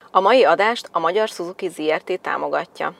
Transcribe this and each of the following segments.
A mai adást a Magyar Suzuki Zrt. Támogatja.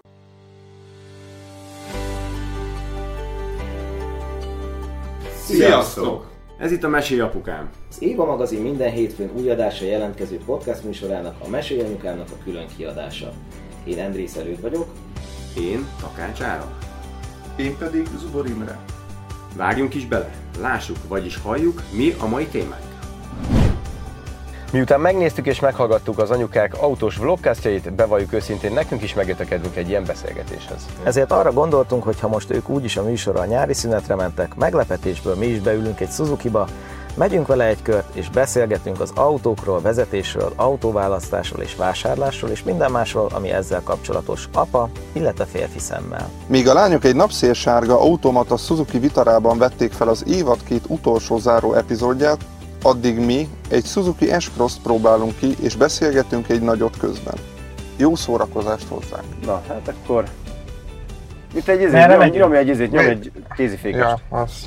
Sziasztok! Ez itt a Mesélj Apukám. Az Éva magazin minden hétfőn új adásra jelentkező podcast műsorának, a Mesélj Anyukámnak a külön kiadása. Én Endrész Előd vagyok. Én Takács Áron. Én pedig Zubor Imre. Vágjunk is bele, lássuk, vagyis halljuk, mi a mai témánk. Miután megnéztük és meghallgattuk az anyukák autós vlogcastjait, bevalljuk őszintén, nekünk is megjött a kedvünk egy ilyen beszélgetéshez. Ezért arra gondoltunk, hogy ha most ők úgyis a műsorra a nyári szünetre mentek, meglepetésből mi is beülünk egy Suzukiba, megyünk vele egy kört és beszélgetünk az autókról, vezetésről, autóválasztásról és vásárlásról és minden másról, ami ezzel kapcsolatos apa, illetve férfi szemmel. Míg a lányok egy napszélsárga automata Suzuki Vitarában vették fel az évad két utolsó záró epizódját, addig mi egy Suzuki S-Cross-t próbálunk ki, és beszélgetünk egy nagyot közben. Jó szórakozást hozzánk! Na, hát akkor... Itt egy nyomj egy kézifékest. Ja, azt.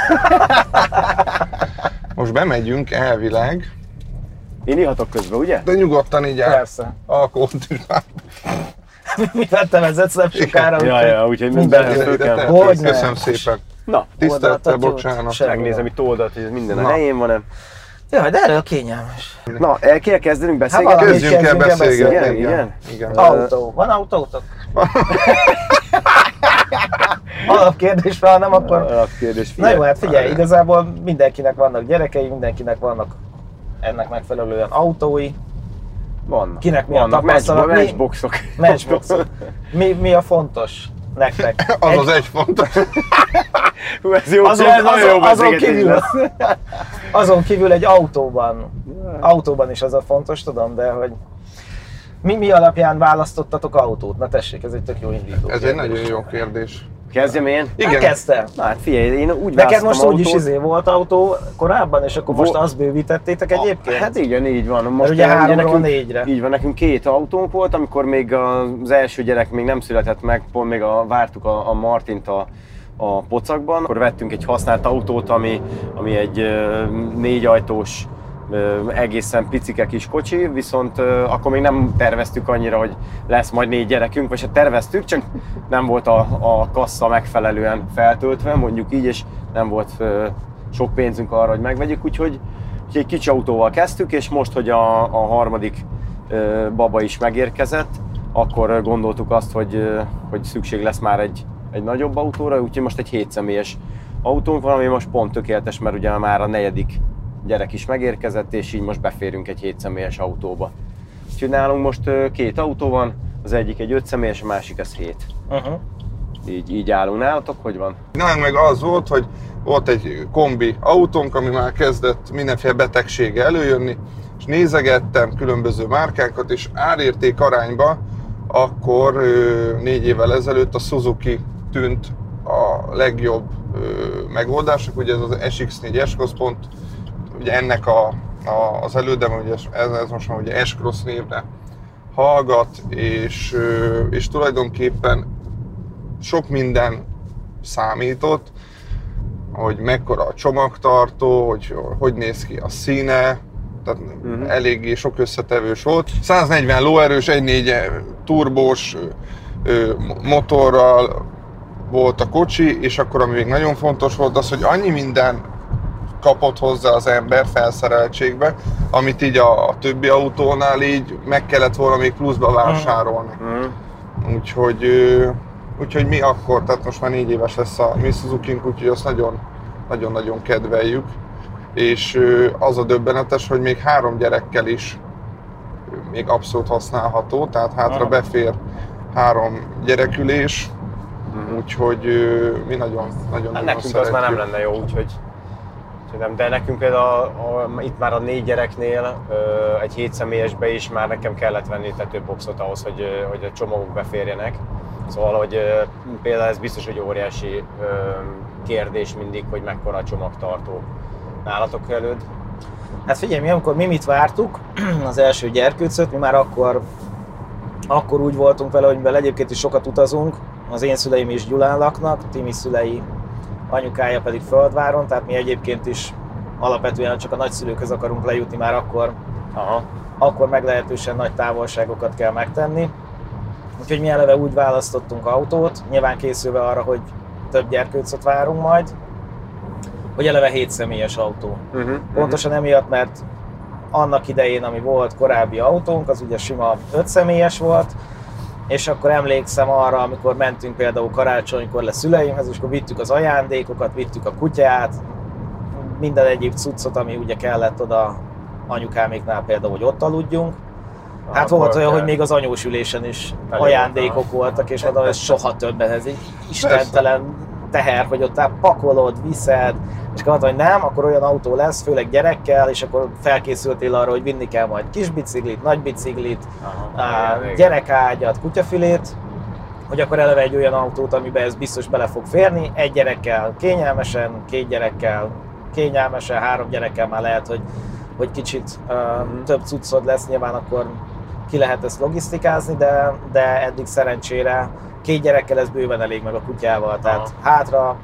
Most bemegyünk elvileg. Én ihatok közben, ugye? De nyugodtan így el. Persze. Alkoholt is már. Mi vettem ezzel nem sokára? Ja, úgyhogy mindenhez föl kell. Hogyne. Köszönöm szépen. Na, Tisztelettel, bocsánat. megnézem itt oldalt, hogy ez minden a helyén van-e. Jaj, de erről kényelmes. Na, el kell kezdenünk beszélgetni? valamit Kezdjünk el beszélgetni. Igen? Autó. Van autótok? Alapkérdés, ha nem, akkor... Alapkérdés. Na jó, hát figyelj, igazából mindenkinek vannak gyerekei, mindenkinek vannak ennek megfelelően autói. Vannak. Kinek mi a tapasztalat? Matchboxok. Matchboxok. Mi a fontos nektek? Az egy fontos. Ez jó, azon kívül egy autóban is az a fontos, tudom, de hogy mi alapján választottatok autót? Na tessék, ez egy tök jó indító Ez kérdés. egy nagyon jó kérdés. Kezdjem én? Igen. Kezdtem. Na hát figyelj, én úgy Neked választottam most autót. úgyis volt autó korábban, és akkor most azt bővítettétek egyébként? Hát igen, így van. Most ugye 3-ról 4-re. Így van, nekünk 2 autónk volt, amikor még az első gyerek még nem született meg, pont még vártuk a Martint a pocakban. Akkor vettünk egy használt autót, ami egy 4 ajtós, egészen picike kis kocsi, viszont akkor még nem terveztük annyira, hogy lesz majd 4 gyerekünk, vagy se terveztük, csak nem volt a kassa megfelelően feltöltve, mondjuk így, és nem volt sok pénzünk arra, hogy megvegyük, úgyhogy egy kicsi autóval kezdtük, és most, hogy a harmadik baba is megérkezett, akkor gondoltuk azt, hogy szükség lesz már egy nagyobb autóra, úgyhogy most egy 7 személyes autónk van, ami most pont tökéletes, mert ugye már a 4. gyerek is megérkezett, és így most beférünk egy 7 személyes autóba. Úgyhogy nálunk most 2 autó van, az egyik egy 5 személyes, a másik az 7. Így állunk. Nálatok, hogy van? Nálunk meg az volt, hogy volt egy kombi autónk, ami már kezdett mindenféle betegsége előjönni, és nézegettem különböző márkákat, és árérték arányba akkor 4 évvel ezelőtt a Suzuki tűnt a legjobb megoldásnak, ugye ez az SX4 S-Cross pont, ugye ennek az elődem, ugye ez most már ugye S-Cross névre hallgat, és tulajdonképpen sok minden számított, hogy mekkora a csomagtartó, hogy néz ki a színe, tehát eléggé sok összetevős volt. 140 lóerős, 1.4 turbós motorral volt a kocsi, és akkor ami még nagyon fontos volt az, hogy annyi minden kapott hozzá az ember felszereltségbe, amit így a többi autónál így meg kellett volna még pluszba vásárolni. Úgyhogy mi akkor, tehát most már 4 éves lesz a mi Suzukink, úgyhogy azt nagyon-nagyon kedveljük. És az a döbbenetes, hogy még 3 gyerekkel is még abszolút használható, tehát hátra befér 3 gyerekülés, úgyhogy mi nagyon nekünk szeretjük. az már nem lenne jó, úgyhogy nem, de nekünk például itt már a 4 gyereknél egy 7 személyesbe is már nekem kellett venni tetőboxot ahhoz, hogy a csomagok beférjenek. Szóval, hogy például ez biztos, hogy óriási kérdés mindig, hogy mekkora a csomagtartó. Nálatok előd? Hát figyelj, amikor mi mit vártuk, az első gyerkőcöt, mi már akkor úgy voltunk vele, hogy mivel egyébként is sokat utazunk, az én szüleim is Gyulán laknak, Timi szülei anyukája pedig Földváron, tehát mi egyébként is alapvetően csak a nagyszülőkhöz akarunk lejutni már akkor akkor meglehetősen nagy távolságokat kell megtenni. Úgyhogy mi eleve úgy választottunk autót, nyilván készülve arra, hogy több gyerkőcöt várunk majd, hogy eleve 7 személyes autó. Pontosan emiatt, mert annak idején, ami volt korábbi autónk, az ugye sima 5 személyes volt, és akkor emlékszem arra, amikor mentünk például karácsonykor le szüleimhez, és akkor vittük az ajándékokat, vittük a kutyát, minden egyéb cuccot, ami ugye kellett oda anyukáméknál például, hogy ott aludjunk. Hát volt olyan, hogy még az anyós ülésen is ajándékok voltak, és mondom, ez soha többen, ez egy istentelen teher, hogy ott pakolod, viszed, és akkor mondta, hogy nem, akkor olyan autó lesz, főleg gyerekkel, és akkor felkészültél arra, hogy vinni kell majd kis biciklit, nagy biciklit, gyerekágyat, kutyafilét, hogy akkor eleve egy olyan autót, amiben ez biztos bele fog férni, egy gyerekkel kényelmesen, 2 gyerekkel kényelmesen, 3 gyerekkel már lehet, hogy kicsit több cuccod lesz, nyilván akkor ki lehet ezt logisztikázni, de eddig szerencsére 2 gyerekkel ez bőven elég meg a kutyával, tehát hátra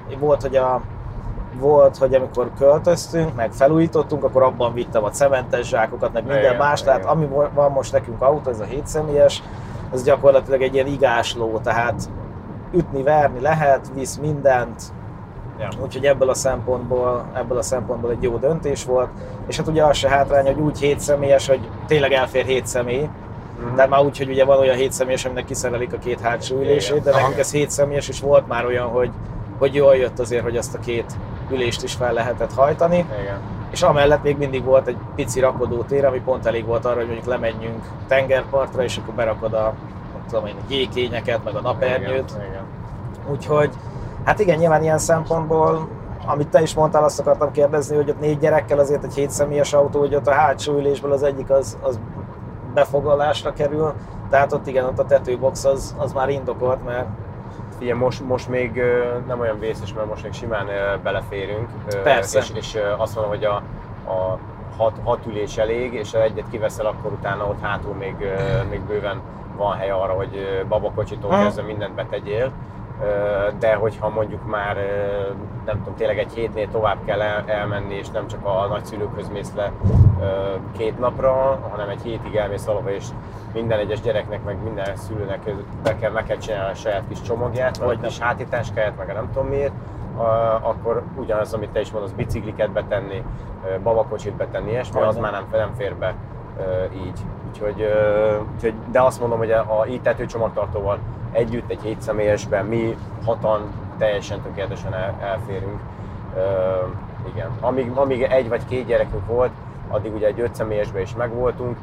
volt, hogy amikor költöztünk, meg felújítottunk, akkor abban vittem a cementes zsákokat, meg minden más, tehát ami van most nekünk autó, ez a 7 személyes, ez gyakorlatilag egy ilyen igásló, tehát ütni, verni lehet, visz mindent, úgyhogy ebből a szempontból egy jó döntés volt, és hát ugye az se hátrány, hogy úgy 7 személyes, hogy tényleg elfér 7 személy, tehát már úgy, hogy ugye van olyan 7 személyes, aminek kiszerelik a 2 hátsó ülését, de nekünk ez 7 személyes, és volt már olyan, hogy jól jött azért, hogy azt a 2 ülést is fel lehetett hajtani. Igen. És amellett még mindig volt egy pici rakodótér, ami pont elég volt arra, hogy mondjuk lemenjünk tengerpartra, és akkor berakod a jégkényeket, meg a napernyőt. Igen. Úgyhogy, hát igen, nyilván ilyen szempontból, amit te is mondtál, azt akartam kérdezni, hogy ott 4 gyerekkel azért egy 7 személyes autó, hogy ott a hátsó ülésből az egyik az befoglalásra kerül, tehát ott igen, ott a tetőbox az már indokolt, mert... Figyelj, most még nem olyan vészes, mert most még simán beleférünk. Persze. És azt mondom, hogy a 6 ülés elég, és ha egyet kiveszel, akkor utána ott hátul még bőven van hely arra, hogy babakocsitól kezdve mindent betegyél. De hogyha mondjuk már nem tudom, tényleg egy hétnél tovább kell elmenni, és nem csak a nagyszülőkhöz mész le 2 napra, hanem egy hétig elmész valahol, és minden egyes gyereknek, meg minden szülőnek meg kell csinálni a saját kis csomagját, vagy kis hátitáskáját, meg nem tudom miért, akkor ugyanaz, amit te is mondasz, bicikliket betenni, babakocsit betenni, ilyesmi, az már nem fér be így. Úgyhogy, de azt mondom, hogy a így tetőcsomagtartóval együtt egy 7 személyesben mi 6-an teljesen tökéletesen elférünk. Igen. Amíg 1 vagy 2 gyerekünk volt, addig ugye egy 5 személyesben is megvoltunk,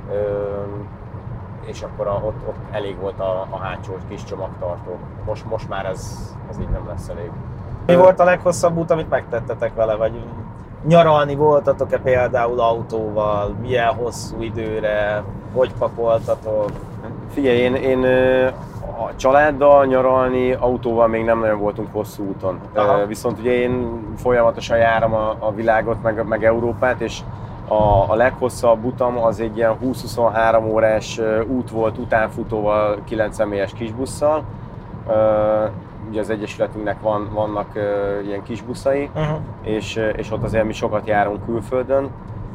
és akkor ott elég volt a hátsó kis csomagtartó. Most már ez így nem lesz elég. Mi volt a leghosszabb út, amit megtettetek vele? Vagy nyaralni voltatok-e például autóval? Milyen hosszú időre? Hogy pakoltatok? Figyelj, én a családdal nyaralni autóval még nem nagyon voltunk hosszú úton. Viszont ugye én folyamatosan járom a világot, meg Európát, és a leghosszabb utam az egy ilyen 20-23 órás út volt utánfutóval, 9 személyes kisbusszal. Ugye az Egyesületünknek vannak ilyen kisbuszai, és ott azért mi sokat járunk külföldön.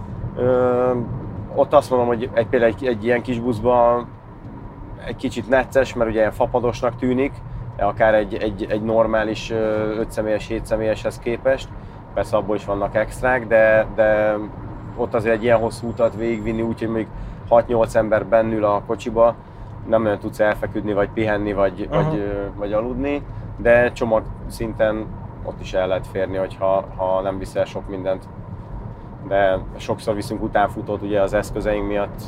Ott azt mondom, hogy például egy ilyen kisbuszban egy kicsit necces, mert ugye ilyen fapadosnak tűnik, akár egy normális 5 személyes, 7 személyeshez képest. Persze abból is vannak extrák, de ott azért egy ilyen hosszú utat végigvinni, úgyhogy még 6-8 ember bennül a kocsiba, nem nagyon tudsz elfeküdni, vagy pihenni, vagy aludni, de csomag szinten ott is el lehet férni, ha nem viszel sok mindent. De sokszor viszünk utánfutót ugye az eszközeink miatt,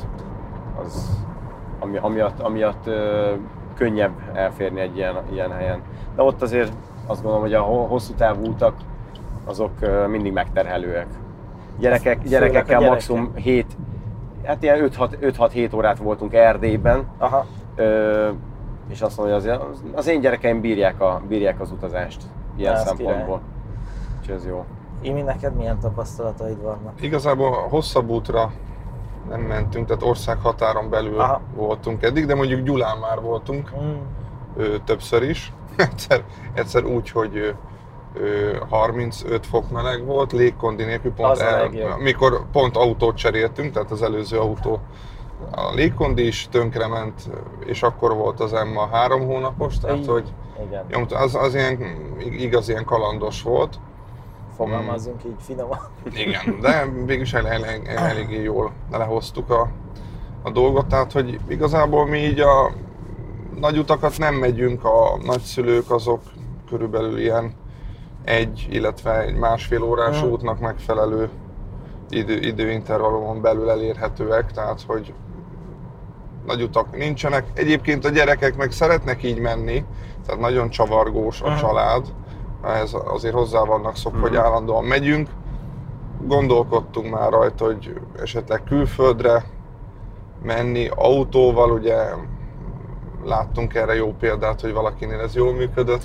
amiatt könnyebb elférni egy ilyen helyen. De ott azért azt gondolom, hogy a hosszú távú utak azok mindig megterhelőek. Gyerekekkel maximum 7, hát ilyen 5-6-7 órát voltunk Erdélyben. Aha. És azt mondom, hogy az én gyerekeim bírják az utazást ilyen szempontból. Úgyhogy ez jó. Imi, neked milyen tapasztalataid vannak? Igazából hosszabb útra nem mentünk, tehát országhatáron belül voltunk eddig, de mondjuk Gyulán már voltunk többször is. Egyszer úgy, hogy 35 fok meleg volt, légkondi nélkül, mikor pont autót cseréltünk, tehát az előző autó, a légkondi is tönkrement, és akkor volt az Emma 3 hónapos, tehát hogy az ilyen, igaz ilyen kalandos volt. Fogalmazzunk így finoman. Igen, de végülis eléggé jól lehoztuk a dolgot, tehát hogy igazából mi így a nagy utakat nem megyünk, a nagyszülők azok körülbelül ilyen 1, illetve egy 1,5 órás útnak megfelelő időintervallumon belül elérhetőek, tehát hogy nagy utak nincsenek. Egyébként a gyerekek meg szeretnek így menni, tehát nagyon csavargós a család, ehhez azért hozzá vannak szokva, hogy állandóan megyünk. Gondolkodtunk már rajta, hogy esetleg külföldre menni autóval, ugye láttunk erre jó példát, hogy valakinél ez jól működött.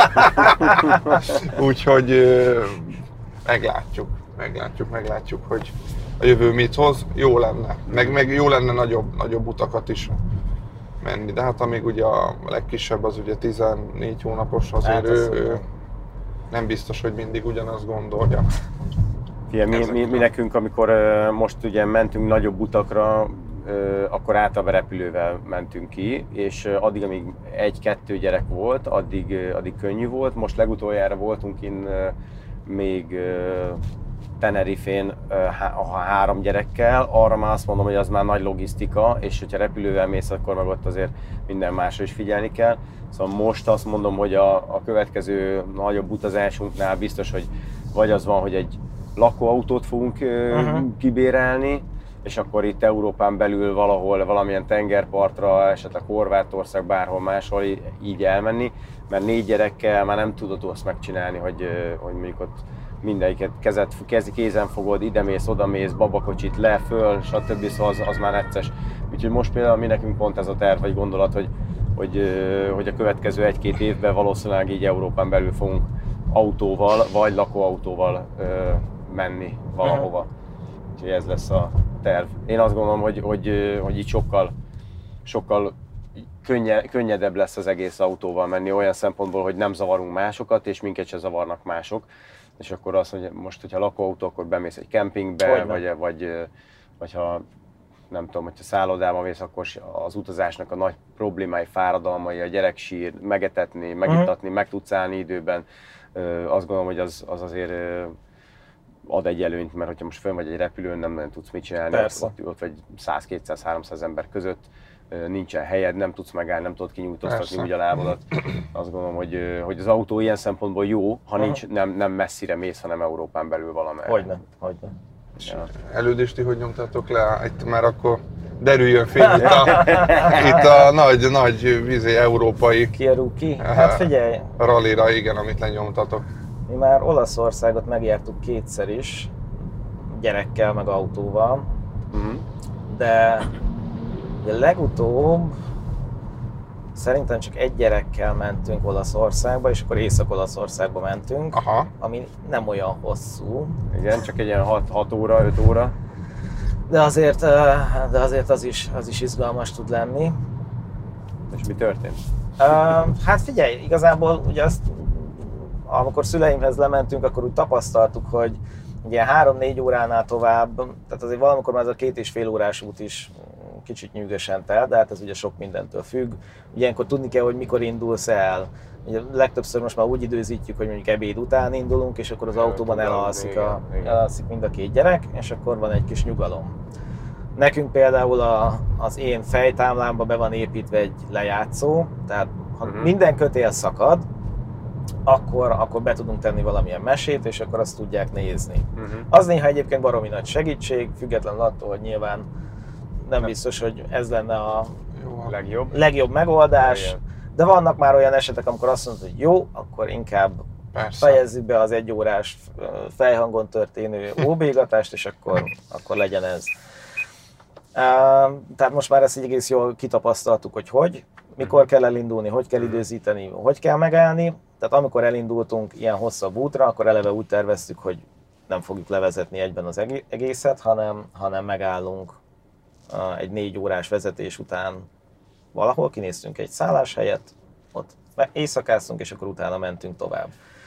Úgyhogy meglátjuk, hogy a jövő mit hoz. Jó lenne, meg jó lenne nagyobb utakat is menni, de hát amíg ugye a legkisebb az ugye 14 hónapos, azért hát ő nem biztos, hogy mindig ugyanazt gondolja. Mi nekünk, amikor most ugye mentünk nagyobb utakra, akkor általában repülővel mentünk ki, és addig, amíg 1-2 gyerek volt, addig könnyű volt. Most legutoljára voltunk még Tenerifén 3 gyerekkel, arra már azt mondom, hogy az már nagy logisztika, és hogyha repülővel mész, akkor meg ott azért minden másra is figyelni kell. Szóval most azt mondom, hogy a következő nagyobb utazásunknál biztos, hogy vagy az van, hogy egy lakóautót fogunk kibérelni, és akkor itt Európán belül valahol, valamilyen tengerpartra, esetleg Horvátország, bárhol máshol így elmenni, mert 4 gyerekkel már nem tudod azt megcsinálni, hogy mondjuk ott mindegyiket kézen fogod, idemész, odamész, babakocsit le, föl, stb. Szóval az már necces. Úgyhogy most például mi nekünk pont ez a terv, vagy gondolat, hogy a következő 1-2 évben valószínűleg így Európán belül fogunk autóval, vagy lakóautóval menni valahova. Úgyhogy ez lesz a terv. Én azt gondolom, hogy így sokkal könnyedebb lesz az egész autóval menni, olyan szempontból, hogy nem zavarunk másokat, és minket se zavarnak mások. És akkor az, hogy most, hogyha lakóautó, akkor bemész egy kempingbe, vagy ha nem tudom, hogyha szállodába mész, akkor az utazásnak a nagy problémái, fáradalmai, a gyerek sír, megetetni, megittatni, meg tudsz állni időben. Azt gondolom, hogy az azért ad egy előnyt, mert hogyha most fönn vagy egy repülőn, nem nagyon tudsz mit csinálni, ott vagy 100-200-300 ember között, nincsen helyed, nem tudsz megállni, nem tudod kinyújtóztatni úgy a lábadat. Azt gondolom, hogy az autó ilyen szempontból jó, ha nem messzire mész, hanem Európán belül valamelyik. Hogyne. Ja. Elődést ti hogy nyomtátok le? Itt már akkor derüljön fény itt a nagy európai Kia-Rouki? Hát figyelj! Rallira, igen, amit lenyomtatok. Mi már Olaszországot megjártuk 2-szer is, gyerekkel meg autóval, de legutóbb szerintem csak 1 gyerekkel mentünk Olaszországba, és akkor Észak-Olaszországba mentünk, ami nem olyan hosszú. Igen, csak egy ilyen 6 óra, 5 óra. De azért az is izgalmas tud lenni. És mi történt? Hát figyelj, igazából ugye amikor szüleimhez lementünk, akkor úgy tapasztaltuk, hogy ugye 3-4 óránál tovább, tehát azért valamikor már ez a 2,5 órás út is kicsit nyűgösen telt, de hát ez ugye sok mindentől függ. Ugye ilyenkor tudni kell, hogy mikor indulsz el. Ugye legtöbbször most már úgy időzítjük, hogy mondjuk ebéd után indulunk, és akkor az autóban elalszik mind a 2 gyerek, és akkor van egy kis nyugalom. Nekünk például az én fejtámlámba be van építve egy lejátszó, tehát ha minden kötél szakad, akkor be tudunk tenni valamilyen mesét, és akkor azt tudják nézni. Az néha egyébként baromi nagy segítség, függetlenül attól, hogy nyilván nem biztos, hogy ez lenne a legjobb megoldás, de vannak már olyan esetek, amikor azt mondod, hogy jó, akkor inkább fejezzük be az 1 órás fejhangon történő óbégatást, és akkor legyen ez. Tehát most már ezt így egész jól kitapasztaltuk, hogy mikor kell elindulni, hogy kell időzíteni, hogy kell megállni. Tehát amikor elindultunk ilyen hosszabb útra, akkor eleve úgy terveztük, hogy nem fogjuk levezetni egyben az egészet, hanem megállunk egy 4 órás vezetés után valahol, kinéztünk egy szálláshelyet, ott éjszakáztunk, és akkor utána mentünk tovább.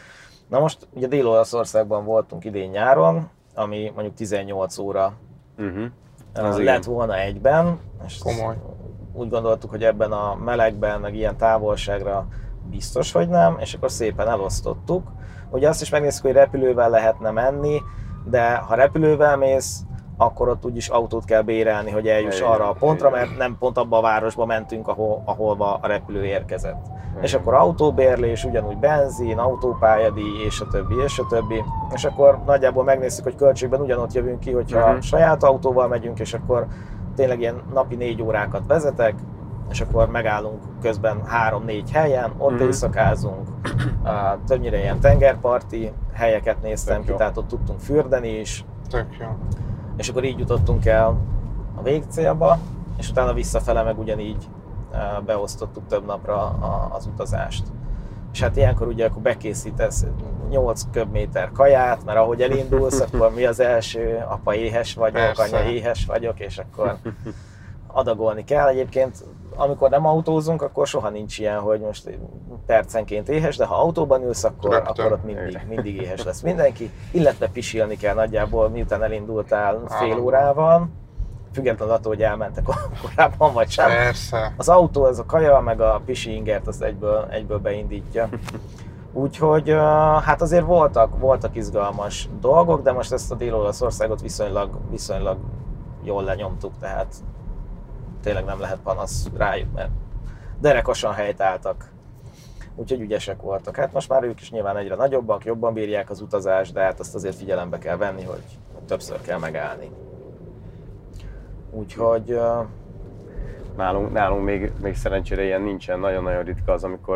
Na most ugye Dél-Olaszországban voltunk idén nyáron, ami mondjuk 18 óra lett volna egyben. És Komoly. úgy gondoltuk, hogy ebben a melegben, meg ilyen távolságra biztos, hogy nem, és akkor szépen elosztottuk. Ugye azt is megnéztük, hogy repülővel lehetne menni, de ha repülővel mész, akkor ott úgyis autót kell bérelni, hogy eljuss arra a pontra, mert nem pont abba a városba mentünk, ahol a repülő érkezett. És akkor autóbérlés, ugyanúgy benzin, autópályadíj, és a többi, és a többi. És akkor nagyjából megnéztük, hogy költségben ugyanott jövünk ki, hogyha saját autóval megyünk, és akkor tényleg ilyen napi 4 órákat vezetek, és akkor megállunk közben 3-4 helyen, ott éjszakázunk, többnyire ilyen tengerparti helyeket néztem ki, tehát ott tudtunk fürdeni is. Tök jó. És akkor így jutottunk el a végcélba, és utána visszafele meg ugyanígy beosztottuk több napra az utazást. És hát ilyenkor ugye akkor bekészítesz 8 köbméter kaját, mert ahogy elindulsz, akkor mi az első, apa éhes vagyok, anya éhes vagyok, és akkor adagolni kell. Egyébként amikor nem autózunk, akkor soha nincs ilyen, hogy most percenként éhes, de ha autóban ülsz, akkor ott mindig éhes lesz mindenki, illetve pisilni kell nagyjából, miután elindultál fél órával, függetlenül attól, hogy elmentek korábban vagy sem. Persze. Az autó, ez a kaja, meg a pisi ingert, azt egyből beindítja. Úgyhogy hát azért voltak izgalmas dolgok, de most ezt a Dél-Olaszországot viszonylag jól lenyomtuk, tehát tényleg nem lehet panasz rájuk, mert derekosan helytálltak. Úgyhogy ügyesek voltak. Hát most már ők is nyilván egyre nagyobbak, jobban bírják az utazást, de hát azt azért figyelembe kell venni, hogy többször kell megállni. Úgyhogy... Nálunk még szerencsére ilyen nincsen, nagyon-nagyon ritka az, amikor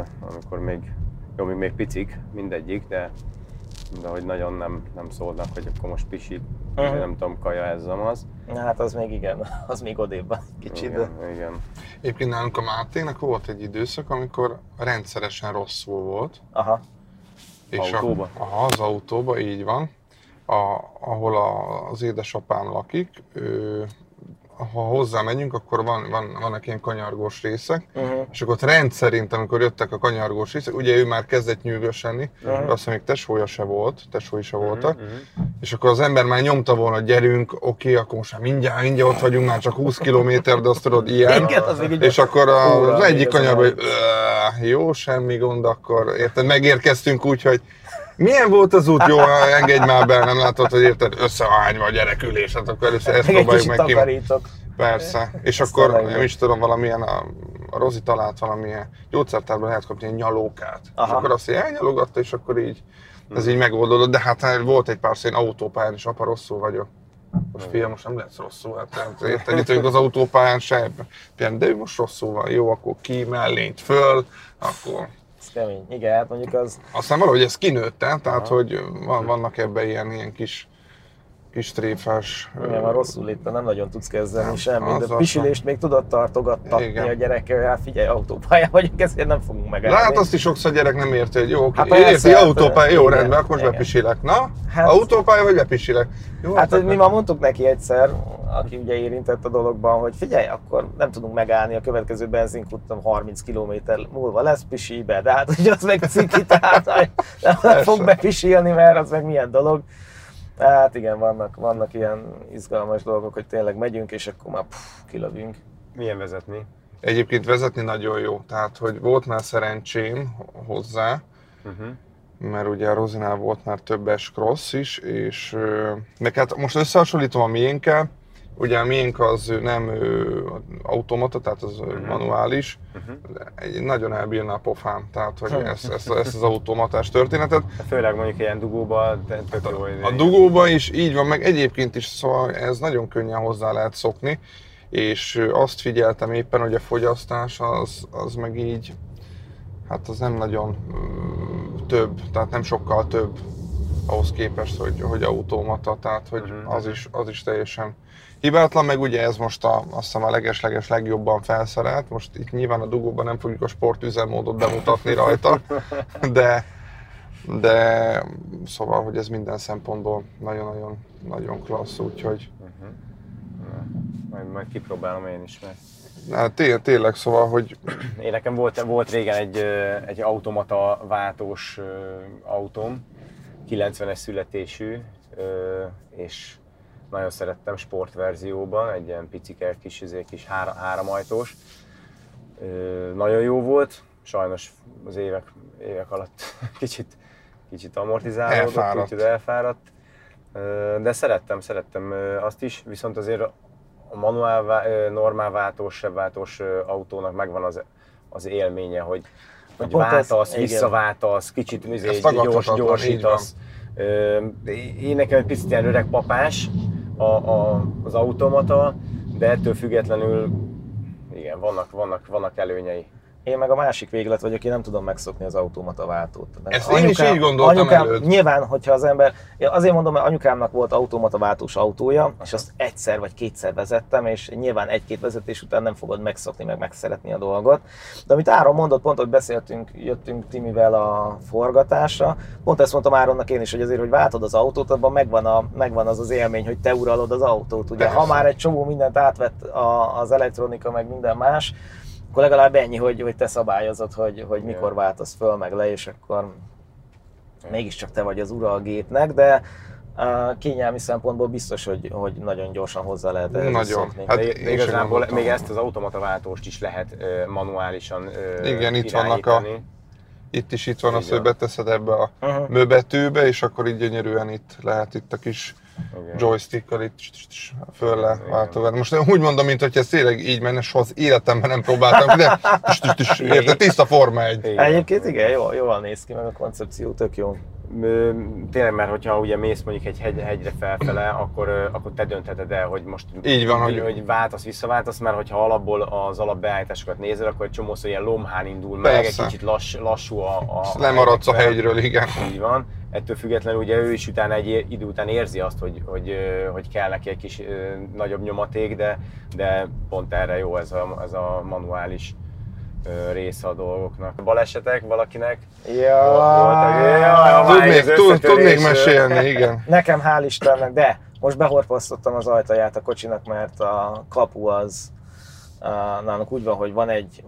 még picik mindegyik, de hogy nagyon nem szólnak, hogy akkor most pisi, nem tudom, kaja ez az. Hát az még igen, az még odébb van kicsit. Igen. Egyébként nálunk a Máténak volt egy időszak, amikor rendszeresen rosszul volt. Aha. És autóba? Az autóba, így van. Ahol az édesapám lakik, ha hozzá megyünk, akkor vannak ilyen kanyargós részek, és akkor ott rendszerint, amikor jöttek a kanyargós részek, ugye ő már kezdett nyűgös lenni, azt még tesói se voltak, és akkor az ember már nyomta volna, gyerünk, oké, akkor most már mindjárt ott vagyunk, már csak 20 kilométer, de azt tudod, ilyen. És akkor az egyik kanyarban, hogy jó, semmi gond, akkor érted, megérkeztünk úgy, hogy milyen volt az út? Jó, engedj már be, nem látod, hogy érted, összehányva a gyerekülés, hát akkor először ezt próbáljuk meg ki. Persze, és akkor nem is tudom, valamilyen, a Rozi talált valamilyen gyógyszertárban lehet kapni egy nyalókát. És akkor azt így elnyalogatta, és akkor így, ez így megoldódott, de hát volt egy pár szén autópályán, és apa, rosszul vagyok. Most fiam, most nem lesz rosszul, hát érted, itt vagyunk az autópályán sem, de ő most rosszul van, jó, akkor ki, mellényt föl, akkor... Kemény. Igen, hát mondjuk az... Aztán valahogy ez kinőtte, tehát hogy vannak ebben ilyen kis tréfás... Igen, már rosszul itt, nem nagyon tudsz kezdeni semmit, de pisilést még tudod tartogattatni a gyerekkel, hát figyelj, autópályán vagyunk, ezért nem fogunk megállni. Hát azt is sokszor a gyerek nem érti, hogy jó, érti, autópálya, jó, rendben, akkor most bepisilek. Na, autópálya vagy bepisilek? Jó, hát mi már mondtuk neki egyszer, aki ugye érintett a dologban, hogy figyelj, akkor nem tudunk megállni, a következő benzinkúton 30 km múlva lesz, pisilj be, de hát ugye az meg ciki, tehát nem fog bepisilni, mert az meg milyen dolog. Hát igen, vannak ilyen izgalmas dolgok, hogy tényleg megyünk, és akkor már kilövünk. Milyen vezetni? Egyébként vezetni nagyon jó, tehát hogy volt már szerencsém hozzá, mert ugye a Rozinál volt már több S-Cross is, és meg hát most összehasonlítom a miénkkel, ugye a miénk az nem automata, tehát az manuális, nagyon elbírna a pofám, tehát hogy ezt az automatás történetet. Főleg mondjuk ilyen dugóban tök jó. A dugóban is így van, meg egyébként is, szóval ez nagyon könnyen hozzá lehet szokni, és azt figyeltem éppen, hogy a fogyasztás az meg így, hát az nem nagyon több, tehát nem sokkal több ahhoz képest, hogy automata, tehát hogy az is teljesen hibátlan, meg ugye ez most azt hiszem a leges legjobban felszerelt, most itt nyilván a dugóban nem fogjuk a sportüzemmódot bemutatni rajta, de szóval, hogy ez minden szempontból nagyon klassz, úgyhogy... Majd kipróbálom én is, mert Tényleg, szóval, hogy... Én nekem volt régen egy automata váltós autóm, 90-es születésű, és nagyon szerettem sportverzióban, egy ilyen picike kis háromajtós. Nagyon jó volt, sajnos az évek alatt kicsit amortizálódott, úgyhogy elfáradt. De szerettem azt is, viszont azért a manuál, normál váltós, sebváltós autónak megvan az élménye, hogy váltasz, visszaváltasz, kicsit gyorsítasz. Én nekem egy picit ilyen öreg papás az automata, de ettől függetlenül igen, vannak előnyei. Én meg a másik véglet vagyok, aki nem tudom megszokni az automata váltót. Ezt én is így gondoltam előtt. Nyilván, hogyha az ember... Azért mondom, mert anyukámnak volt automata váltós autója, és azt egyszer vagy kétszer vezettem, és nyilván egy-két vezetés után nem fogod megszokni, meg megszeretni a dolgot. De amit Áron mondott, pont, hogy jöttünk Timivel a forgatásra, pont ezt mondtam Áronnak én is, hogy azért, hogy váltod az autót, abban megvan az élmény, hogy te uralod az autót. Ugye, ha már egy csomó mindent átvett az elektronika, meg minden más, akkor legalább ennyi, hogy te szabályozod, hogy mikor váltasz föl, meg le, és akkor mégiscsak te vagy az ura a gépnek, de kényelmi szempontból biztos, hogy nagyon gyorsan hozzá lehet ehhez szokni. Hát igazából még ezt az automata váltóst is lehet manuálisan igen, itt van az, hogy beteszed ebbe a möbetűbe, és akkor így gyönyörűen itt lehet itt a kis joystickkal itt föl le váltogatni. Most úgy mondom, mint hogy ez tényleg így menne, soha az életemben nem próbáltam, de érted, tiszta Forma 1. Egyébként igen, jól néz ki, meg a koncepció tök jó. Tényleg, mert hogyha ugye mész mondjuk egy hegyre felfele, akkor te döntheted el, hogy most így van, hogy váltasz, visszaváltasz, mert hogyha alapból az alapbeállításokat nézel, akkor egy csomószor ilyen lomhán indul meg, egy kicsit lassú a lemaradsz a hegyről, igen. Így van. Ettől függetlenül ugye ő is utána egy idő után érzi azt, hogy kell neki egy kis nagyobb nyomaték, de pont erre jó ez a manuális része a dolgoknak. Balesetek valakinek? Tudnék mesélni, igen. Nekem hál' Istennek, de most behorpasztottam az ajtaját a kocsinak, mert a kapu az nálunk úgy van, hogy van egy...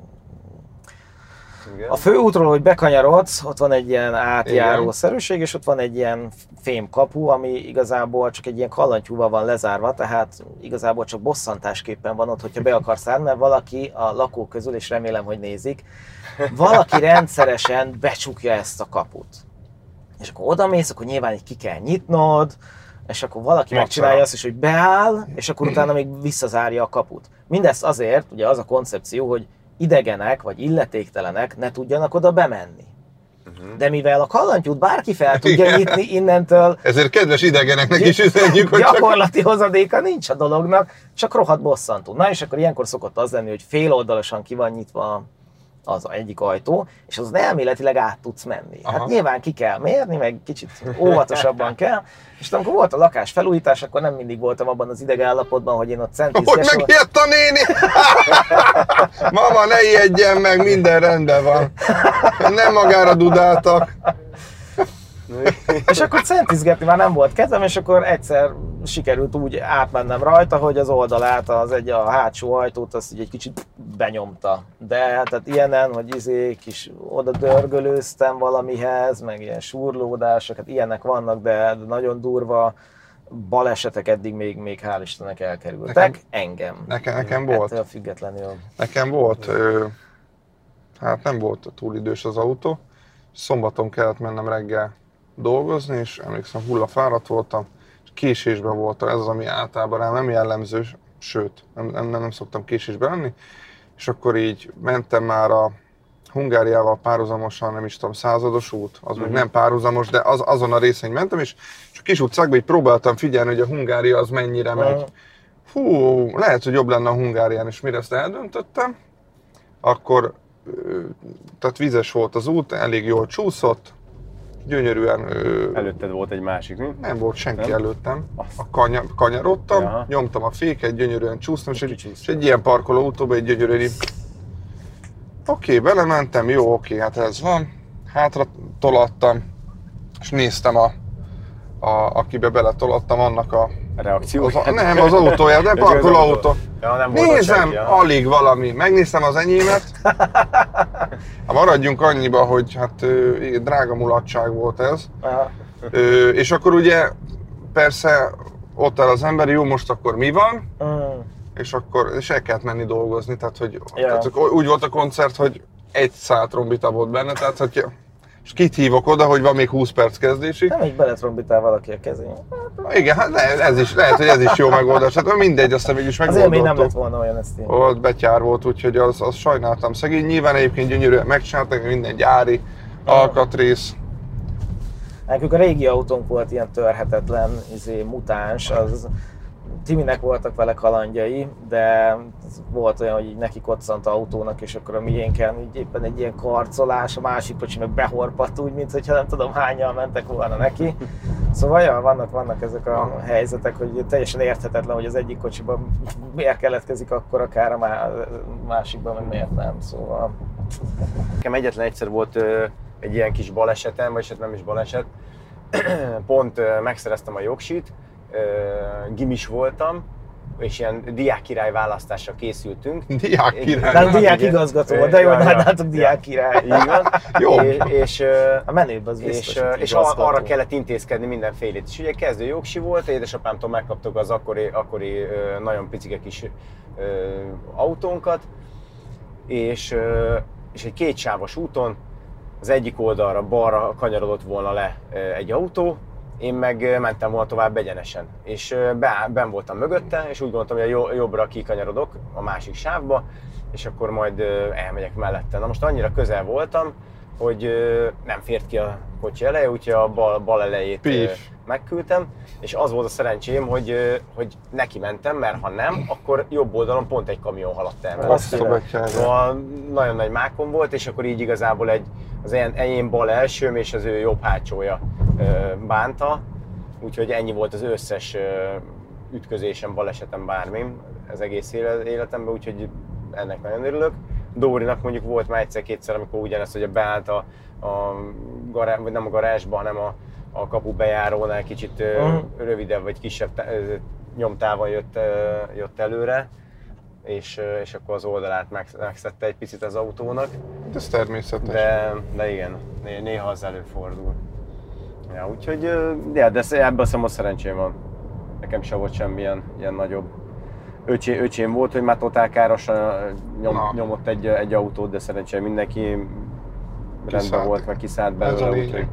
Igen. A főútról, hogy bekanyarodsz, ott van egy ilyen átjárószerűség, és ott van egy ilyen fémkapu, ami igazából csak egy ilyen kallantyúval van lezárva, tehát igazából csak bosszantásképpen van ott, hogyha be akarsz állni, mert valaki a lakók közül, és remélem, hogy nézik, valaki rendszeresen becsukja ezt a kaput. És akkor odamész, akkor nyilván így ki kell nyitnod, és akkor valaki megcsinálja azt is, hogy beáll, és akkor utána még visszazárja a kaput. Mindezt azért, ugye az a koncepció, hogy idegenek vagy illetéktelenek ne tudjanak oda bemenni. De mivel a kallantyút bárki fel tudja nyitni innentől... Ezért kedves idegeneknek is üzenjük, hogy gyakorlati hozadéka nincs a dolognak, csak rohadt bosszantó. Na és akkor ilyenkor szokott az lenni, hogy féloldalasan ki van nyitva az egyik ajtó, és azon elméletileg át tudsz menni. Aha. Hát nyilván ki kell mérni, meg kicsit óvatosabban kell, és amikor volt a lakás felújítás, akkor nem mindig voltam abban az ideg állapotban, hogy én ott centízges... Hogy megijedt a néni! Mama, ne ijedjen meg, minden rendben van. Nem magára dudáltak. És akkor centizgetni már nem volt kedvem, és akkor egyszer sikerült úgy átmennem rajta, hogy az oldalát, a hátsó ajtót azt így egy kicsit benyomta. De tehát ilyenen, hogy kis oda dörgölőztem valamihez, meg ilyen súrlódások, hát ilyenek vannak, de nagyon durva balesetek eddig még hál' Istennek elkerültek. Nekem volt. Ettől függetlenül. Nekem volt, hát nem volt túl idős az autó. Szombaton kellett mennem reggel dolgozni, és emlékszem, hullafáradt voltam, és késésben voltam. Ez az, ami általában rám nem jellemző, sőt, nem szoktam késésben lenni. És akkor így mentem már a Hungáriával párhuzamosan, nem is tudom, 100-as út, az még nem párhuzamos, de azon a részen mentem, és a kis utcákban így próbáltam figyelni, hogy a Hungária az mennyire megy. Hú, lehet, hogy jobb lenne a Hungárián, és mire ezt eldöntöttem, akkor tehát vizes volt az út, elég jól csúszott, gyönyörűen... Előtted volt egy másik, mi? Nem volt senki előttem. Kanyarodtam, nyomtam a féket, gyönyörűen csúsztam, és egy ilyen parkolóautóba egy gyönyörűen... Oké, belementem, jó, oké, hát ez van. Hátra tolattam, és néztem akibe beletolattam, annak a... reakció? Nem, az autóját, de parkolóautó. Ja, nem volt nézem, senki, alig valami. Megnéztem az enyémet. Maradjunk annyiba, hogy hát drága mulatság volt ez. És akkor ugye persze ott áll az ember, jó, most akkor mi van? És akkor el kellett menni dolgozni, tehát hogy tehát úgy volt a koncert, hogy egy trombita volt benne, tehát hogy és kit hívok oda, hogy van még 20 perc kezdésig. Nem így beletrombitál valaki a kezén. Igen, hát ez is, lehet, hogy ez is jó megoldás, hát mindegy, aztán mégis megoldottuk. Az élmény nem lett volna olyan ezt én. Ott betyár volt, úgyhogy az sajnáltam szegény. Nyilván egyébként gyönyörűen megcsináltak, minden gyári alkatrész. Nekünk a régi autónk volt ilyen törhetetlen, mutáns, az Timinek voltak vele kalandjai, de volt olyan, hogy így neki koccant autónak, és akkor a miénken így éppen egy ilyen karcolás, a másik kocsi meg behorpadt úgy, mintha nem tudom hányan mentek volna neki. Szóval ja, vannak ezek a helyzetek, hogy teljesen érthetetlen, hogy az egyik kocsiban miért keletkezik akkor akár a másikban, meg miért nem, szóval... Nekem egyetlen egyszer volt egy ilyen kis balesetem, vagy nem is baleset. Pont megszereztem a jogsit, gimis voltam, és ilyen diákkirály választásra készültünk. Diákkirály? Nem, diákigazgató, de jó, nálatok diákkirály. Így van. Jó. A menőbb az biztos, és arra kellett intézkedni mindenfélét. És ugye kezdő jogsi volt, édesapámtól megkaptuk az akkori nagyon picike kis autónkat, és egy kétsávos úton az egyik oldalra balra kanyarodott volna le egy autó, én meg mentem volna tovább egyenesen, és benn voltam mögötte, és úgy gondoltam, hogy jobbra kikanyarodok a másik sávba, és akkor majd elmegyek mellette. Na most annyira közel voltam, hogy nem fért ki a kocsi eleje, úgyhogy a bal elejét megküldtem, és az volt a szerencsém, hogy neki mentem, mert ha nem, akkor jobb oldalon pont egy kamion haladt el. Szóval nagyon nagy mákom volt, és akkor így igazából az enyém bal elsőm és az ő jobb hátsója bánta, úgyhogy ennyi volt az összes ütközésem, balesetem, bármim az egész életemben, úgyhogy ennek nagyon örülök. Dórinak mondjuk volt már egyszer-kétszer, amikor ugyanezt, hogy beállt vagy nem a garázsba, hanem a kapu bejárónál kicsit rövidebb vagy kisebb nyomtávon jött előre, és akkor az oldalát megszedte egy picit az autónak. Ez természetes. De igen, néha az előfordul. Ja, úgyhogy de ebben a szerencsém van. Nekem sem volt semmilyen ilyen nagyobb. Öcsém volt, hogy már totálkárosan nyomott egy autót, de szerencsére mindenki rendben volt, meg kiszállt belőle, úgyhogy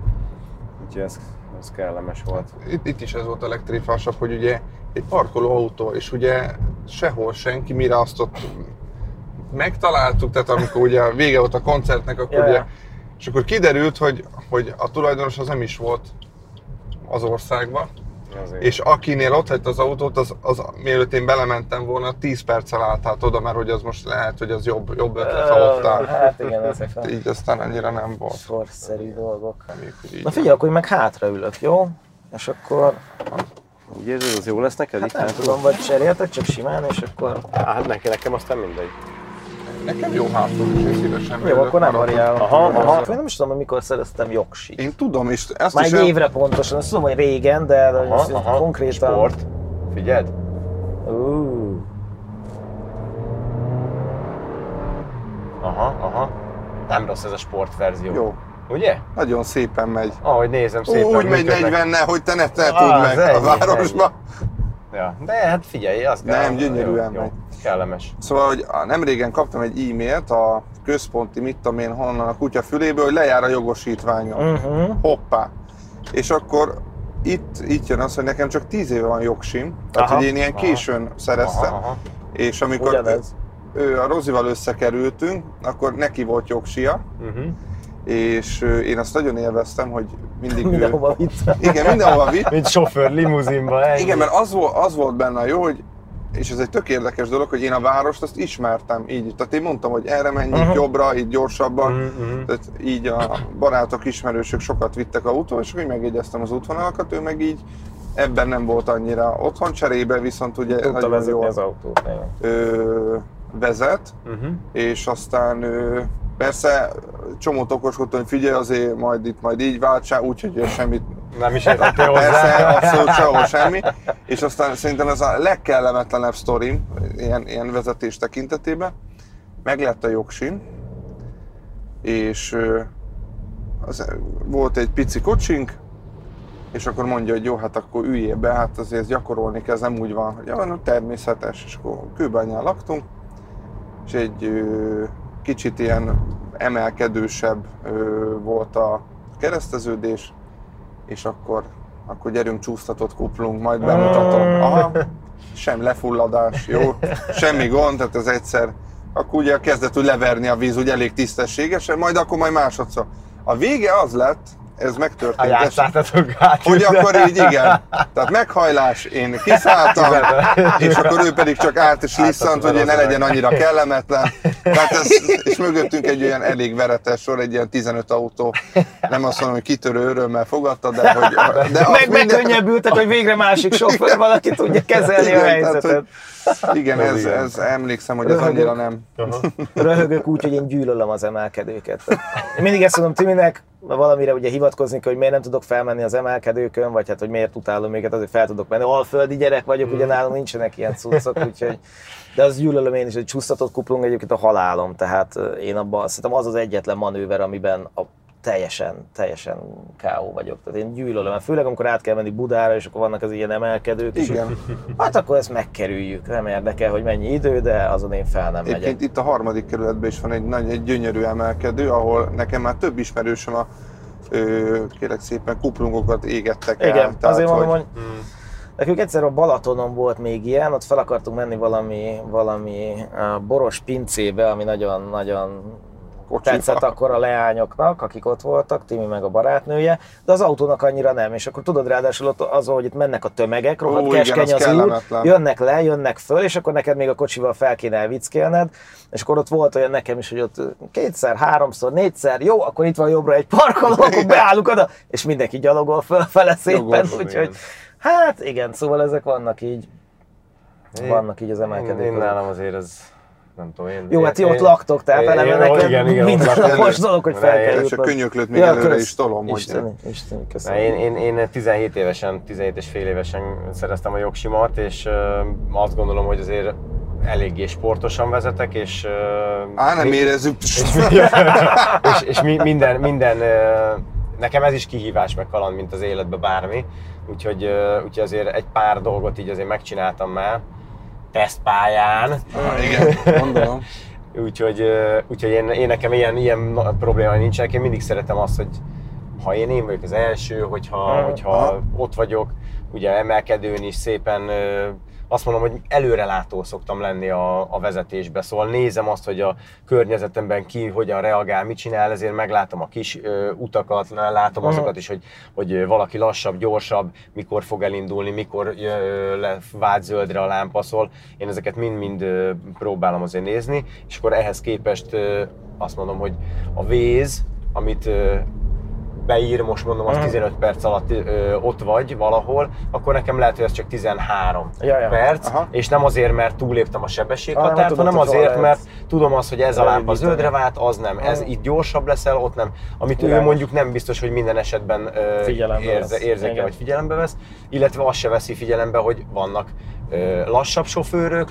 ez kellemes volt. Itt is ez volt a legtréfásabb, hogy ugye egy parkoló autó, és ugye sehol senki, mire azt ott megtaláltuk, tehát amikor ugye a vége volt a koncertnek, akkor ugye, és akkor kiderült, hogy a tulajdonos az nem is volt az országban. Azért. És akinél ott hagyta az autót, az mielőtt én belementem volna, 10 perccel állt át oda, mert hogy az most lehet, hogy az jobb ötlet, ha ott áll. Hát igen, ezek a... Így aztán annyira nem volt. Sorszerű dolgok. Na figyelj, akkor meg hátraülök, jó? És akkor... Úgy érzed, az jó lesz neked? Hát nem tudom, vagy cseréltek, csak simán, és akkor... Hát nekem aztán mindegy. Nekem jó hátul is, én szívesen. Jó, akkor nem variálom. Aha. Én nem is tudom, hogy mikor szereztem jogsit. Én tudom, és ezt már is... egy évre pontosan, azt tudom, hogy régen, de konkrétan... Sport. Figyeld! Aha. Nem rossz ez a sportverzió. Jó. Ugye? Nagyon szépen megy. Ahogy nézem, szépen úgy megy 40-nel, hogy te ne tudd meg a városba. Ja, de hát figyelj, az kell. Nem, gyönyörűen megy. Kellemes. Szóval, hogy nem régen kaptam egy e-mailt a központi, mit tudom én honnan, a kutya füléből, hogy lejár a jogosítványom. Hoppá! És akkor itt jön az, hogy nekem csak 10 éve van jogsim, tehát hogy én ilyen későn szereztem. És amikor a Rozival összekerültünk, akkor neki volt jogsia, és én azt nagyon élveztem, hogy mindig mindenhova vitt. Igen, mindenhova vitt. Mint sofőr limuzinba. Igen, mert az volt benne jó, hogy és ez egy tök érdekes dolog, hogy én a várost azt ismertem így. Tehát én mondtam, hogy erre menj, jobbra, így gyorsabban. Tehát így a barátok, ismerősök sokat vittek autóval, és akkor megjegyeztem az útvonalakat, ő meg így ebben nem volt annyira otthon, cserébe viszont ugye tudta nagyon jól az autót, vezet, és aztán persze csomót okoskodtam, hogy figyelj, azért majd így váltsál, úgyhogy semmit nem is értettél hozzá. Persze, abszolút sehol semmi. És aztán szerintem ez a legkellemetlenebb sztorim, ilyen vezetés tekintetében. Meg lett a jogsin, és volt egy pici kocsink, és akkor mondja, hogy jó, hát akkor üljél be, hát azért gyakorolni kell, ez nem úgy van, hogy ja, természetes, és akkor Kőbányán laktunk, és egy kicsit ilyen emelkedősebb volt a kereszteződés, és akkor gyerünk, csúsztatott kuplunk, majd bemutatom. Aha, sem lefulladás, jó, semmi gond, tehát ez egyszer, akkor ugye kezdett úgy leverni a víz, úgy elég tisztességesen, majd másodszor. A vége az lett, ez megtörtént, hogy akkor így igen, tehát meghajlás, én kiszálltam, és akkor ő pedig csak állt és lisszant, hogy ne legyen annyira kellemetlen. Tehát és mögöttünk egy olyan elég veretes sor, egy ilyen 15 autó, nem azt mondom, hogy kitörő örömmel fogadta, de hogy... Megkönnyebbültek, hogy végre másik sofőr valaki tudja kezelni igen, a helyzetet. Tehát, igen, ez emlékszem, hogy ez annyira nem... Röhögök úgy, hogy én gyűlölöm az emelkedőket. Én mindig ezt mondom Timinek, valamire ugye hivatkozni kell, hogy miért nem tudok felmenni az emelkedőkön, vagy hát hogy miért utálom őket, azért fel tudok menni. Alföldi gyerek vagyok, ugye nálunk nincsenek ilyen cuccok, úgyhogy... De az gyűlölöm én is, hogy csúsztatott kuplung egyébként a halálom, tehát én abban szerintem az az egyetlen manőver, amiben teljesen K.O. vagyok. Tehát én gyűlölöm, főleg amikor át kell menni Budára, és akkor vannak az ilyen emelkedők. Igen. Hát akkor ezt megkerüljük, nem érdekel, hogy mennyi idő, de azon én fel nem megyek. Itt a 3. kerületben is van egy gyönyörű emelkedő, ahol nekem már több ismerősöm kérlek szépen kuplungokat égettek el. Igen, azért mondom, hogy nekünk egyszer a Balatonon volt még ilyen, ott fel akartunk menni valami boros pincébe, ami nagyon tetszett akkor a leányoknak, akik ott voltak, Timi meg a barátnője, de az autónak annyira nem, és akkor tudod ráadásul az, hogy itt mennek a tömegek, rohadt keskeny az út, jönnek föl, és akkor neked még a kocsival fel kéne elvickélned, és akkor ott volt olyan nekem is, hogy ott 2-szer, 3-szor, 4-szer, jó, akkor itt van jobbra egy parkoló, akkor beállunk oda, és mindenki gyalogol fölfele szépen, úgyhogy hát igen, szóval ezek vannak így az emelkedők. Én nálam azért ez... Nem tudom, jó, hát ti ott laktok, tehát eleve neked mindennapos dolog, hogy fel kell jutnod. És a könyöklőt még előre is tolom. Isteni, köszönöm. Én 17 és fél évesen szereztem a jogsimat, és azt gondolom, hogy azért eléggé sportosan vezetek, és... nem érezzük! És minden nekem ez is kihívás meg kaland, mint az életben bármi, úgyhogy azért egy pár dolgot így azért megcsináltam már, tesztpályán. Igen, gondolom. Úgyhogy én nekem ilyen probléma nincsenek, én mindig szeretem azt, hogy ha én vagyok az első, hogyha ott vagyok, ugye emelkedőn is szépen, azt mondom, hogy előrelátó szoktam lenni a vezetésbe, szóval nézem azt, hogy a környezetemben ki hogyan reagál, mit csinál, ezért meglátom a kis utakat, látom azokat is, hogy valaki lassabb, gyorsabb, mikor fog elindulni, mikor vált zöldre a lámpa, szóval én ezeket mind próbálom azért nézni, és akkor ehhez képest azt mondom, hogy a Waze, amit beír, most mondom, az 15 perc alatt ott vagy valahol, akkor nekem lehet, hogy ez csak 13 perc, és nem azért, mert túléptem a sebességhatárt, hanem azért, mert tudom azt, hogy ez a lámpa zöldre vált, az nem, ez itt gyorsabb leszel, ott nem. Amit ő mondjuk nem biztos, hogy minden esetben érzékel vagy figyelembe vesz, illetve azt se veszi figyelembe, hogy vannak lassabb sofőrök,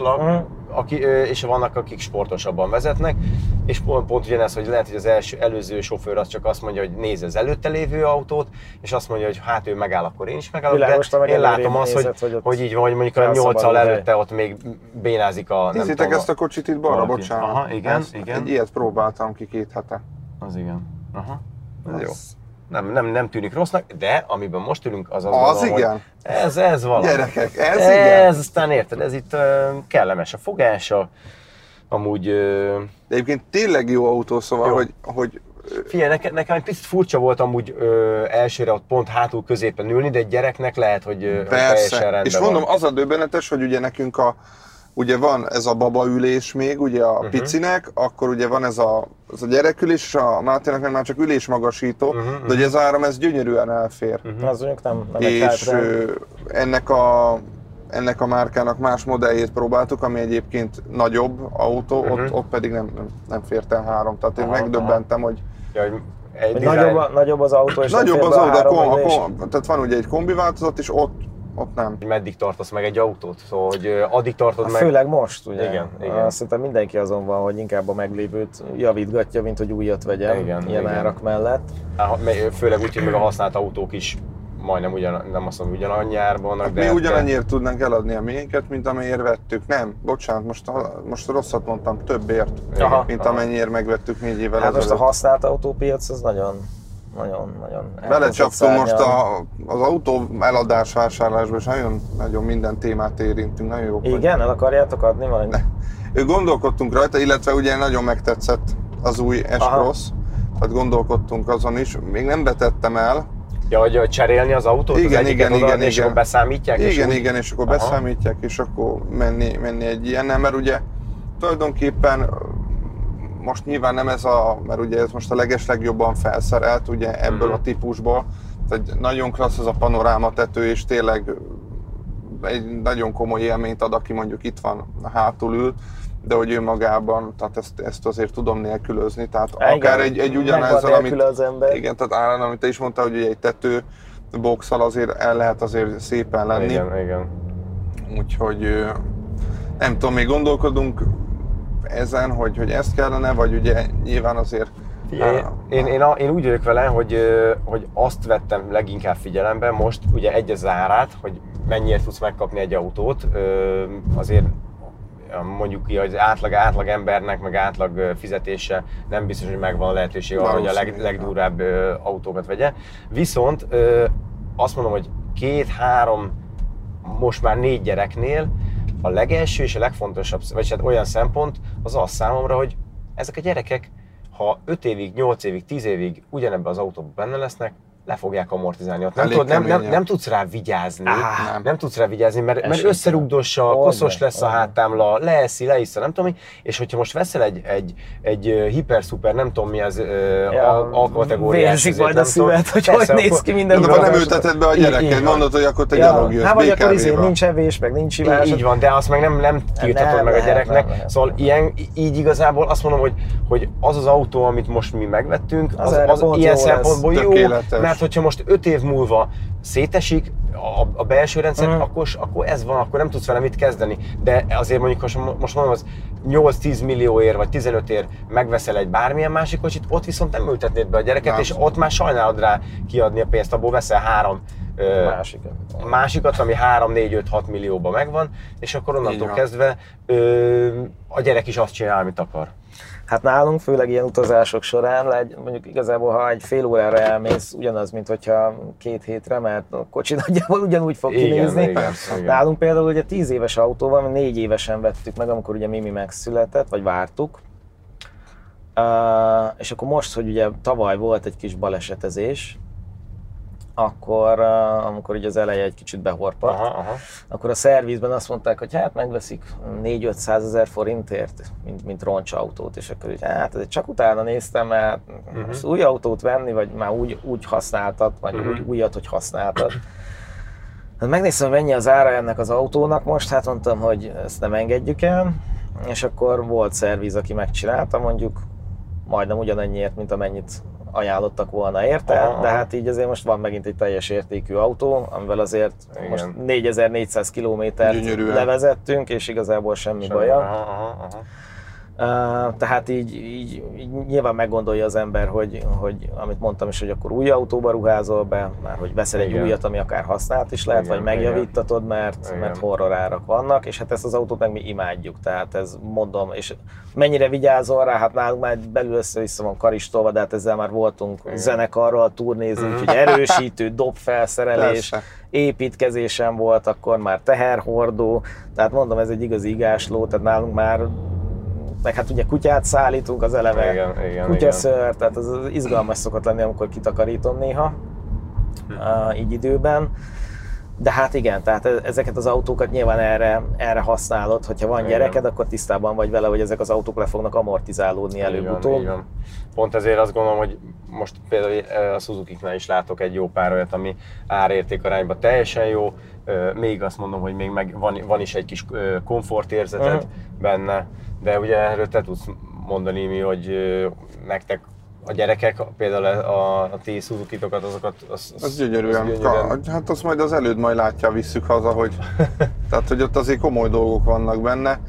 és vannak, akik sportosabban vezetnek, és pont ugyanez, hogy lehet, hogy az előző sofőr az csak azt mondja, hogy nézze az előtte lévő autót, és azt mondja, hogy hát ő megáll, akkor én is megállok, de én látom azt, hogy így van, hogy mondjuk a 8-al előtte ott még bénázik a... Nézzétek ezt a kocsit itt balra, bocsánat. Aha, igen. Egy ilyet próbáltam ki 2 hete. Az igen. Aha. Ez jó. Nem tűnik rossznak, de amiben most ülünk, az igen. Ez valami. Gyerekek, igen. Ez aztán érted, ez itt kellemes a fogása, amúgy... De egyébként tényleg jó autó, szóval, hogy figyelj, nekem egy picit furcsa volt amúgy elsőre ott pont hátul középen ülni, de egy gyereknek lehet, hogy teljesen rendben és mondom, az a döbbenetes, hogy ugye nekünk ugye van ez a babaülés még, ugye a picinek, akkor ugye van ez a gyerekülés, és a Máténak meg már csak ülésmagasító, de ugye ez áram, ez gyönyörűen elfér. Az mondjuk nem és ennek a márkának más modelljét próbáltuk, ami egyébként nagyobb autó, ott pedig nem fért el 3. Tehát én megdöbbentem, hogy... nagyobb az autó, és nagyobb az autó, tehát van ugye egy kombi változat, és ott nem. Meddig tartasz meg egy autót? Szóval, hogy addig tartod meg... Főleg most, ugye? Igen. Szerintem mindenki azon van, hogy inkább a meglévőt javítgatja, mint hogy újat vegyen ilyen árak mellett. Főleg úgy, hogy meg a használt autók is majdnem nem azt mondom, ugyanannyi árban vannak, mi ugyanannyiért tudnánk eladni a miénket, mint amelyért vettük. Nem, bocsánat, most rosszat mondtam, többért, mint amennyiért megvettük 4 évvel ezelőtt. Most a használt autópiac az nagyon belecsaptunk most az autó eladás vásárlásba, és nagyon minden témát érintünk, nagyon jó. Igen, el akarjátok adni majd? Gondolkodtunk rajta, illetve ugye nagyon megtetszett az új S-Cross, tehát gondolkodtunk azon is, még nem vetettem el. Ja, hogy cserélni az autót, igen, és akkor beszámítják? Igen, és akkor beszámítják, és akkor menni egy ilyennel, mert ugye tulajdonképpen most nyilván nem mert ugye ez most a legeslegjobban felszerelt, ugye ebből a típusból, tehát nagyon klassz az a panorámatető, és tényleg egy nagyon komoly élményt ad, aki mondjuk itt van hátul ül, de hogy ő magában, tehát ezt azért tudom nélkülözni, tehát akár egy ugyanezzel, amit igen, tehát állandóan, amit te is mondtál, hogy egy tetőboxal azért el lehet azért szépen lenni. Igen. Úgyhogy nem tudom, még gondolkodunk ezen, hogy ezt kellene, vagy ugye nyilván azért... Én úgy vagyok vele, hogy azt vettem leginkább figyelembe most, ugye egy az árát, hogy mennyiért tudsz megkapni egy autót, azért mondjuk ki, hogy átlag embernek, meg átlag fizetése nem biztos, hogy megvan a lehetőség arra, hogy a legdurvább autókat vegye. Viszont azt mondom, hogy 2-3, most már 4 gyereknél a legelső és a legfontosabb, vagy hát olyan szempont az számomra, hogy ezek a gyerekek, ha 5 évig, 8 évig, 10 évig ugyanebben az autóban benne lesznek, le fogják amortizálni. Nem tudsz rá vigyázni, mert összerugdossa, koszos lesz a háttámla, leissza, nem tudom mi, és hogyha most veszel egy hiper-szuper, nem tudom mi az A-kategóriás. Vérzik majd a szüvet, hogy néz ki minden. De ha nem ülteted be a gyereket, mondod, hogy akkor te gyalog jössz vagy akkor nincs evés, meg nincs ivás. Így van, de azt meg nem tiltatod meg a gyereknek. Szóval így igazából azt mondom, hogy az az autó, amit most mi megvettünk, az ilyen szempontból jó, mert hogyha most 5 év múlva szétesik a belső rendszer, akkor ez van, akkor nem tudsz vele mit kezdeni. De azért mondjuk, most mondom, az 8-10 millióért vagy 15ért megveszel egy bármilyen másik kocsit, ott viszont nem ültetnéd be a gyereket, és ott már sajnálod rá kiadni a pénzt, abból veszel 3 másikat, ami 3-4-5-6 millióba megvan, és akkor onnantól kezdve a gyerek is azt csinál, amit akar. Hát nálunk, főleg ilyen utazások során, mondjuk igazából, ha egy fél órára elmész, ugyanaz, mint hogyha 2 hétre, mert a kocsi nagyjából ugyanúgy fog kinézni. Igen. Nálunk például ugye 10 éves autóval, 4 évesen vettük meg, amikor ugye Mimi megszületett, vagy vártuk. És akkor most, hogy ugye tavaly volt egy kis balesetezés, akkor, amikor ugye az eleje egy kicsit behorpadt, akkor a szervizben azt mondták, hogy hát megveszik 400-500 ezer forintért, mint roncsautót, és akkor úgy, hát csak utána néztem, mert most új autót venni, vagy már úgy használtat, vagy úgy újat, hogy használtat. Hát megnéztem, hogy mennyi az ára ennek az autónak most, hát mondtam, hogy ezt nem engedjük el, és akkor volt szerviz, aki megcsinálta, mondjuk majdnem ugyanennyiért, mint amennyit ajánlottak volna érte, de hát így azért most van megint egy teljes értékű autó, amivel azért most 4400 kilométert levezettünk, és igazából semmi baja. Tehát így nyilván meggondolja az ember, hogy amit mondtam is, hogy akkor új autóba ruházol be, már hogy veszel egy újat, ami akár használt is lehet, vagy megjavítatod, mert horror árak vannak, és hát ezt az autót meg mi imádjuk, tehát ez mondom, és mennyire vigyázol rá, hát nálunk már belül össze-vissza van karistolva, de hát ezzel már voltunk zenekarral turnézni, úgyhogy erősítő, dobfelszerelés, építkezésen volt, akkor már teherhordó, tehát mondom, ez egy igazi igásló, tehát nálunk már meg hát ugye kutyát szállítunk, az eleve kutyaszőr, tehát az izgalmas szokott lenni, amikor kitakarítom néha, így időben. De hát igen, tehát ezeket az autókat nyilván erre használod, hogyha van gyereked, akkor tisztában vagy vele, hogy ezek az autók le fognak amortizálódni előbb-utóbb. Pont ezért azt gondolom, hogy most például a Suzuki-knál is látok egy jó pár olyat, ami árérték arányban teljesen jó, még azt mondom, hogy még van is egy kis komfortérzeted benne, de ugye erről te tudsz mondani mi, hogy nektek a gyerekek, például a ti Suzuki-tokat, azokat... Az gyönyörűen. Hát azt majd az előd majd látja, visszük haza, hogy... Tehát, hogy ott azért komoly dolgok vannak benne.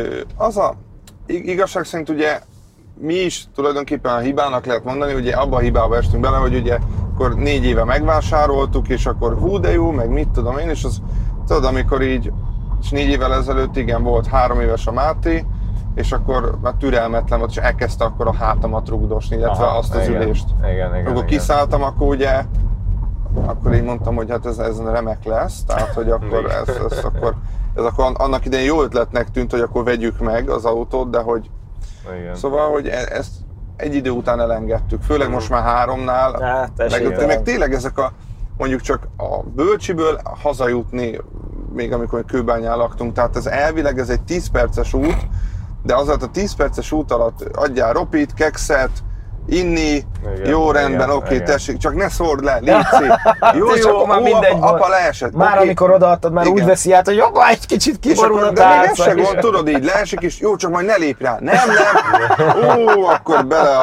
Igazság szerint ugye mi is tulajdonképpen a hibának lehet mondani, ugye abba a hibába estünk bele, hogy ugye akkor 4 éve megvásároltuk, és akkor hú de jó, meg mit tudom én, és az, tudod, amikor így, és 4 évvel ezelőtt igen, volt 3 éves a Máté, és akkor már türelmetlen volt, és elkezdte akkor a hátamat rugdosni, illetve azt az ülést. Akkor kiszálltam, akkor ugye, akkor így mondtam, hogy hát ez remek lesz, tehát hogy akkor ez akkor annak idején jó ötletnek tűnt, hogy akkor vegyük meg az autót, de hogy igen. Szóval, hogy ezt egy idő után elengedtük, főleg most már 3-nál, meg tényleg ezek a, mondjuk csak a Bölcsiből hazajutni, még amikor Kőbányán laktunk, tehát ez elvileg ez egy 10 perces út, de az alatt a 10 perces út alatt adjál ropit, kekszet, inni, igen, jó rendben, oké, tessék, csak ne szórd le, létszik. Jó, már mindegy apa leesett. Már amikor odaadtad, már igen. Úgy veszi át, hogy apa, egy kicsit kiborul a tárca. De még ez se gond, tudod, így leesik, és jó, csak majd ne lépj rá. Nem. Akkor bele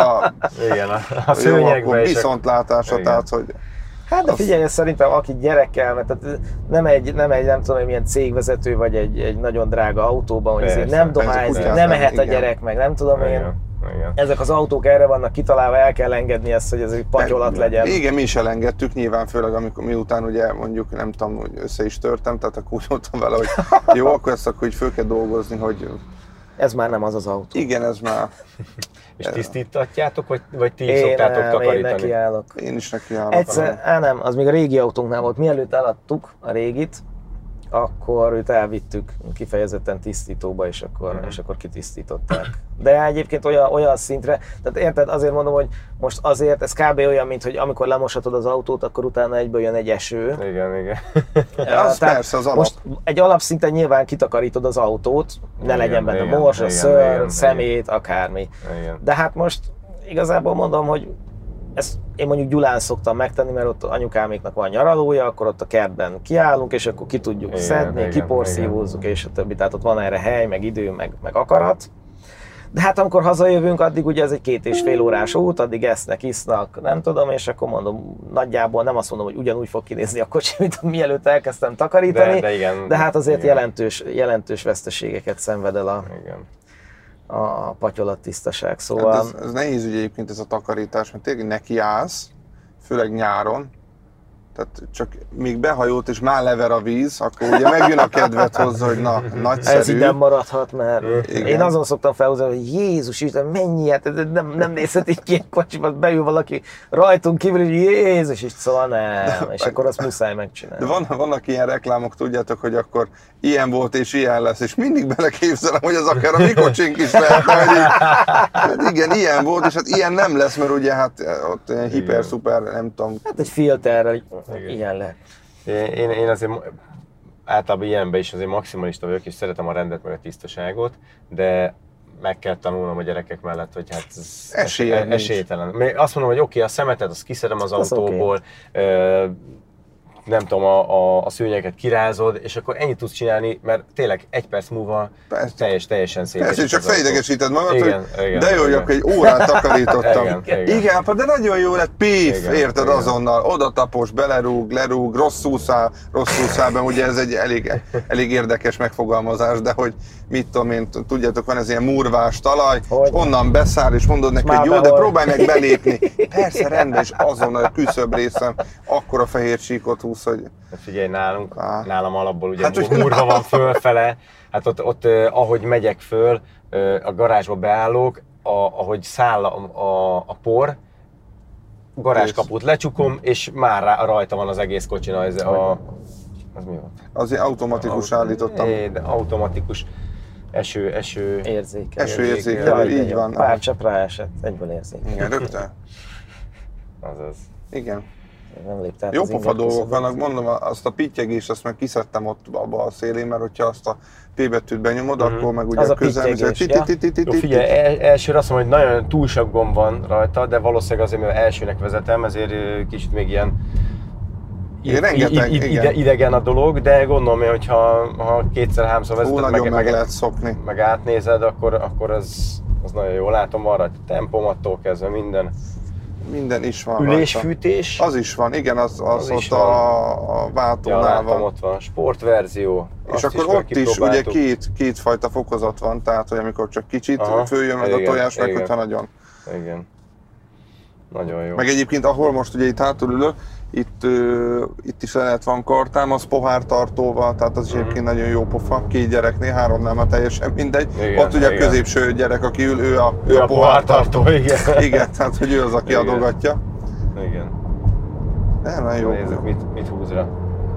a szőnyegbe is. Viszontlátásra, tehát, hogy... Hát de figyelj, szerintem aki gyerekkel, mert tehát nem tudom, milyen cégvezető vagy egy nagyon drága autóban, hogy azért nem dohányzik, nem ehet a gyerek meg, nem tudom én. Igen. Ezek az autók erre vannak kitalálva, el kell engedni ezt, hogy ez egy patyolat legyen. Igen, mi is elengedtük, nyilván főleg amikor miután ugye mondjuk nem tudom, hogy össze is törtem, tehát akkor úgy voltam vele, hogy jó, akkor ezt akkor így föl kell dolgozni, hogy... Ez már nem az az autó. Igen, ez már... És tisztítatjátok, vagy ti szoktátok takarítani? Én nekiállok. Én is nekiállok. Egyszer, nem, az még a régi autónknál volt, mielőtt eladtuk a régit, akkor őt elvittük kifejezetten tisztítóba, és akkor kitisztították. De egyébként olyan szintre, tehát érted, azért mondom, hogy most azért ez kb. Olyan, mint hogy amikor lemoshatod az autót, akkor utána egyből jön egy eső. Igen. Az persze az alap. Most egy alapszinten nyilván kitakarítod az autót, ne legyen benne morzsa, szőr, szemét, akármi. Igen. De hát most igazából mondom, hogy ezt én mondjuk Gyulán szoktam megtenni, mert ott anyukáméknak van nyaralója, akkor ott a kertben kiállunk, és akkor ki tudjuk szedni, kiporszívózzuk, és a többi. Tehát ott van erre hely, meg idő, meg akarat. De hát amikor hazajövünk, addig ugye ez egy 2,5 órás út, addig esznek, isznak, nem tudom, és akkor mondom, nagyjából nem azt mondom, hogy ugyanúgy fog kinézni a kocsi, mint mielőtt elkezdtem takarítani, de hát azért jelentős veszteségeket szenved el a patyolat tisztaság, szóval... Hát ez nehéz ugye egyébként ez a takarítás, mert tényleg nekiállsz, főleg nyáron, tehát csak még behajolt és már lever a víz, akkor ugye megjön a kedved hozzá, hogy na, nagyszerű. Ez így nem maradhat, mert igen. Én azon szoktam felhozni, hogy Jézus Isten, mennyi, hát nem nézhet így ki egy kocsiban, beül valaki rajtunk kívül, hogy Jézus is, szóval nem, és akkor azt muszáj megcsinálni. De vannak ilyen reklámok, tudjátok, hogy akkor ilyen volt és ilyen lesz, és mindig beleképzelem, hogy az akár a mi kocsink is lehetne, hogy hát igen, ilyen volt, és hát ilyen nem lesz, mert ugye hát ott ilyen hiper-szuper, nem tudom. Hát egy filterrel, ilyen lehet. Én azért általában ilyenben is azért maximalista vagyok, és szeretem a rendet meg a tisztaságot, de meg kell tanulnom a gyerekek mellett, hogy hát ez esélytelen. Azt mondom, hogy oké, a szemetet azt kiszedem az autóból, nem tudom, a szőnyeket kirázod, és akkor ennyit tudsz csinálni, mert tényleg 1 perc múlva teljesen szép. Persze, csak felidegesíted magad, igen, hogy de jó, hogy akkor egy órát takarítottam. Igen, de nagyon jó lett, pif, érted, azonnal, oda tapos, belerúg, lerúg, rosszul szállban, ugye ez egy elég érdekes megfogalmazás, de hogy mit tudom én, tudjátok, van ez ilyen murvás talaj, és onnan beszáll, és mondod neki, hogy jó, de próbálj meg belépni. Persze, rendben, és azonnal a küszöbb részem, akkora fehér csíkot húz, hogy... Figyelj, nálam alapból ugye hát, murva van fölfele, hát ott ahogy megyek föl, a garázsba beállok, ahogy száll a por, garázskaput lecsukom, és már rajta van az egész kocsin. Az mi volt? Azért automatikus állítottam. De automatikus eső érzékelő, így van. Pár csepp ráesett, egyből érzékelő. Igen, rögtön. Azaz. Igen. Jó pofa dolgok vannak, mondom, azt a pittyegést, azt meg kiszedtem ott abba a szélén, mert hogyha azt a P betűt benyomod, akkor meg ugye a közelműzet. Figyelj, elsőre azt mondom, hogy nagyon túl sok gomb van rajta, de valószínűleg azért, mivel elsőnek vezetem, ezért kicsit még ilyen idegen a dolog, de gondolom én, hogy ha 2-3-szor vezeted, meg lehet szokni. Meg átnézed, akkor az nagyon jó. Látom, van rajta tempom, attól kezdve minden. Minden is van. Ülésfűtés? Az is van, igen, az ott a váltónál van. Ott van, sportverzió. És akkor ott is ugye kétfajta fokozat van, tehát hogy amikor csak kicsit följön meg a tojás, meg hogyha nagyon. Igen. Nagyon jó. Meg egyébként, ahol most ugye itt hátul ülök, itt is lehet van kartám, az pohártartóval, tehát az is egyébként nagyon jó pofa. 2 gyereknél, 3-nál már teljesen mindegy. Igen, ott ugye a középső gyerek, aki ül, ő a pohártartó. Igen, tehát hogy ő az, aki adogatja. Igen. Nem jó. Nézzük, mit húz rá.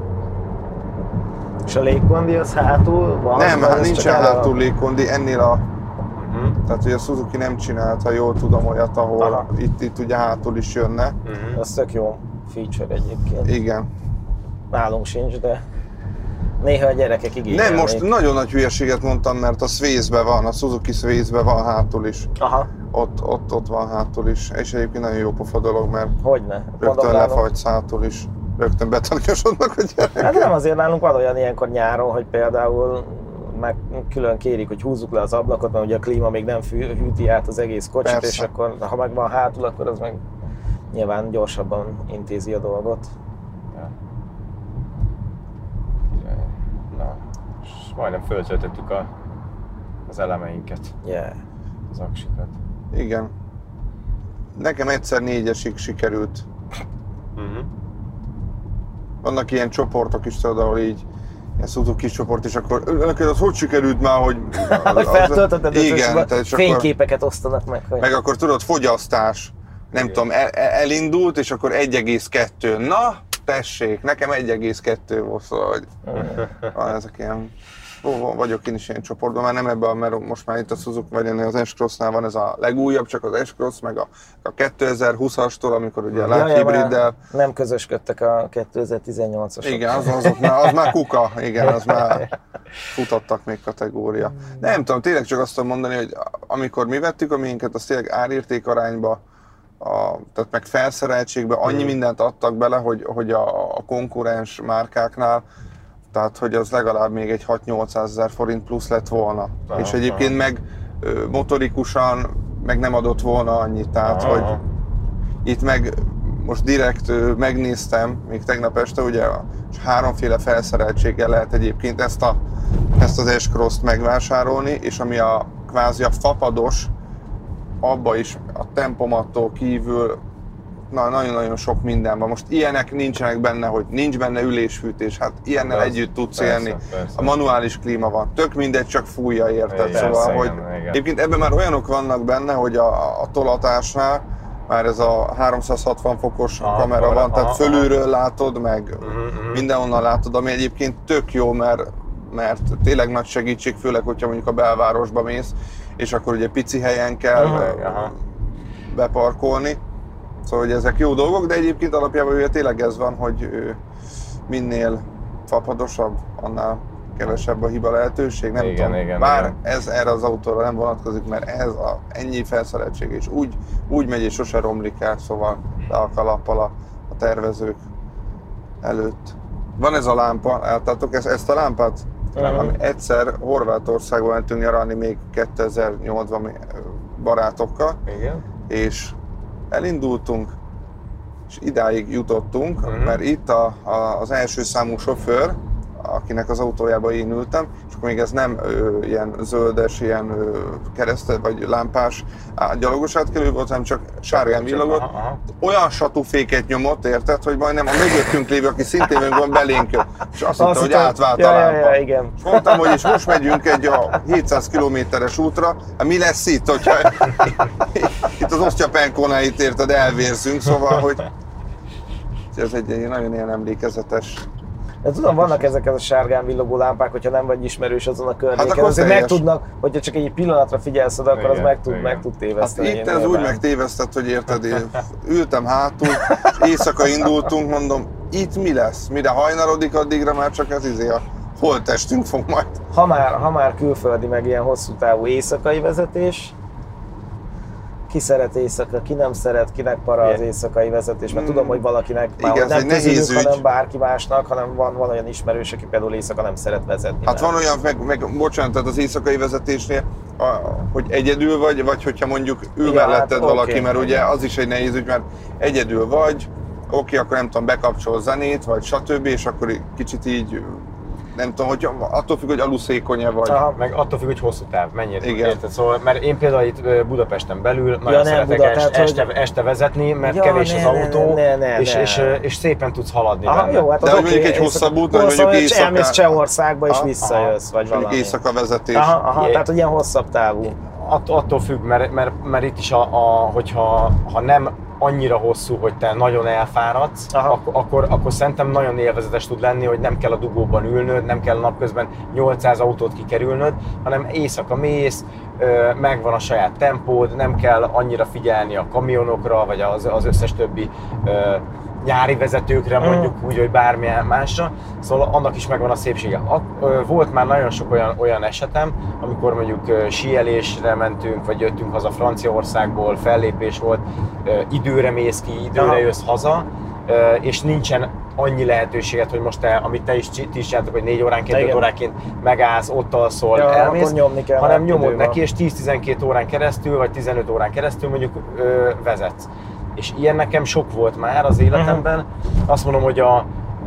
És a légkondi az hátul van? Nem, hát nincsen hátul légkondi, ennél tehát hogy a Suzuki nem csinált, ha jól tudom, olyat, ahol itt ugye hátul is jönne. Az tök jó feature egyébként. Igen. Nálunk sincs, de néha a gyerekek igényelnék. Nem, most nagyon nagy hülyeséget mondtam, mert a Swaze-be van, a Suzuki Swaze-be van hátul is. Aha. Ott van hátul is, és egyébként nagyon jó pofa dolog, mert hogyne? rögtön lefagysz hátul is. Rögtön betanúsodnak a gyerekek. Hát nem, azért nálunk van olyan ilyenkor nyáron, hogy például meg külön kérik, hogy húzzuk le az ablakot, mert ugye a klíma még nem hűti át az egész kocsit, persze. És akkor ha meg van hátul, akkor az meg nyilván gyorsabban intézi a dolgot. Ja. Na, és majdnem föltöltöttük az elemeinket, az aksikat. Igen. Nekem egyszer 4-esig sikerült. Vannak ilyen csoportok is, tudod, ahol így ilyen Suzuki csoport, és akkor neked az hogy sikerült már, hogy... hogy feltöltötted, igen, fényképeket osztanak meg. Hogy... Meg akkor tudod, fogyasztás, nem igen. Tudom, elindult, és akkor 1,2. Na, tessék, nekem 1,2 volt, szóval, hogy van ezek ilyen... Vagyok én is ilyen csoportban, már nem ebben, mert most már itt a Suzuki, vagy az S-Crossnál van ez a legújabb, csak az S-Cross, meg a 2020-astól, amikor ugye a lábhibriddel... Nem közösködtek a 2018-asok. Igen, az már kuka, igen, az már futottak még kategória. Nem tudom, tényleg csak azt tudom mondani, hogy amikor mi vettük a miénket, az tényleg árérték arányba, tehát meg felszereltségbe annyi mindent adtak bele, hogy a konkurens márkáknál, tehát hogy az legalább még egy 6-800 ezer forint plusz lett volna. És egyébként meg motorikusan meg nem adott volna annyit, tehát hogy itt meg most direkt megnéztem, még tegnap este ugye háromféle felszereltséggel lehet egyébként ezt az S-Cross-t megvásárolni, és ami a kvázi a fapados, abba is a tempomattól kívül nagyon-nagyon sok minden van. Most ilyenek nincsenek benne, hogy nincs benne ülésfűtés, hát ilyennel együtt tudsz élni. A manuális klíma van, tök mindegy, csak fújja, érted? Szóval, hogy egyébként ebben már olyanok vannak benne, hogy a tolatásnál már ez a 360 fokos kamera van, tehát fölülről látod, meg mindenhonnan látod, ami egyébként tök jó, mert tényleg nagy segítség, főleg, hogyha mondjuk a belvárosba mész, és akkor ugye pici helyen kell beparkolni. Szóval, hogy ezek jó dolgok, de egyébként alapjában ugye tényleg ez van, hogy minél fapadosabb, annál kevesebb a hiba lehetőség, nem tudom. Bár ez erre az autóra nem vonatkozik, mert ez ennyi felszereltség, és úgy megy, és sose romlik el, szóval le a kalappal a tervezők előtt. Van ez a lámpa, láttátok ezt a lámpát? Ami egyszer Horvátországban mentünk nyaralni még 2008-ban barátokkal, és elindultunk, és idáig jutottunk, mert itt az első számú sofőr, akinek az autójában én ültem, és akkor még ez nem ilyen zöldes, ilyen keresztes vagy lámpás gyalogos átkelő volt, hanem csak sárgán villogott. Olyan satúféket nyomott, érted, hogy majdnem a mögöttünk lévő, aki szintén van, belénk jött. És azt hitte, hogy átvált a lámpa. Igen. És mondtam, hogy és most megyünk egy 700 kilométeres útra, hát mi lesz itt, hogyha itt az Osztyapenkónál itt érted, elvérzünk, szóval, hogy ez egy nagyon ilyen emlékezetes. De tudom, vannak ezek a sárgán villogó lámpák, hogyha nem vagy ismerős azon a környéken, hát azért meg tudnak, hogyha csak egy pillanatra figyelsz oda, akkor az meg tud téveszteni. Hát itt ez úgy megtévesztett, hogy érted, én ültem hátul, éjszaka indultunk, mondom, itt mi lesz? Mire hajnalodik, addigra már csak ez a holttestünk fog majd. Ha már külföldi, meg ilyen hosszú távú éjszakai vezetés, ki szeret éjszaka, ki nem szeret, kinek para az éjszakai vezetés, mert tudom, hogy valakinek már igen, nem közülünk, ügy. hanem bárki másnak, hanem van olyan ismerős, aki például éjszaka nem szeret vezetni. Hát van olyan, bocsánat, tehát az éjszakai vezetésnél, hogy egyedül vagy hogyha mondjuk ül melletted valaki, mert ugye az is egy nehéz ügy, mert egyedül vagy, oké, akkor nem tudom, bekapcsol zenét, vagy stb., és akkor kicsit így, nem tudom, hogy attól függ, hogy aluszékonya vagy. Aha, meg attól függ, hogy hosszú táv, mennyire érted. Szóval, mert én például itt Budapesten belül nagyon szeretek este vezetni, mert kevés az autó, és szépen tudsz haladni benne. Jó, hát de hogy mondjuk egy hosszabb út, hogy mondjuk éjszaka... elmész Csehországba és visszajössz, vagy valami. Éjszaka vezetés. Tehát ilyen hosszabb távú. Attól függ, mert itt is, hogyha nem annyira hosszú, hogy te nagyon elfáradsz, akkor szerintem nagyon élvezetes tud lenni, hogy nem kell a dugóban ülnöd, nem kell napközben 800 autót kikerülnöd, hanem éjszaka mész, megvan a saját tempód, nem kell annyira figyelni a kamionokra, vagy az összes többi nyári vezetőkre, mondjuk úgy, hogy bármilyen másra, szóval annak is megvan a szépsége. Volt már nagyon sok olyan esetem, amikor mondjuk síelésre mentünk, vagy jöttünk haza Franciaországból, fellépés volt, időre mész ki, időre jössz haza, és nincsen annyi lehetőséget, hogy most amit ti is csináltok, hogy 4 óránként, 5 óránként megállsz, ott alszol, elmész, hanem nyomod neki, és 10-12 órán keresztül, vagy 15 órán keresztül mondjuk vezetsz. És ilyen nekem sok volt már az életemben. Azt mondom, hogy a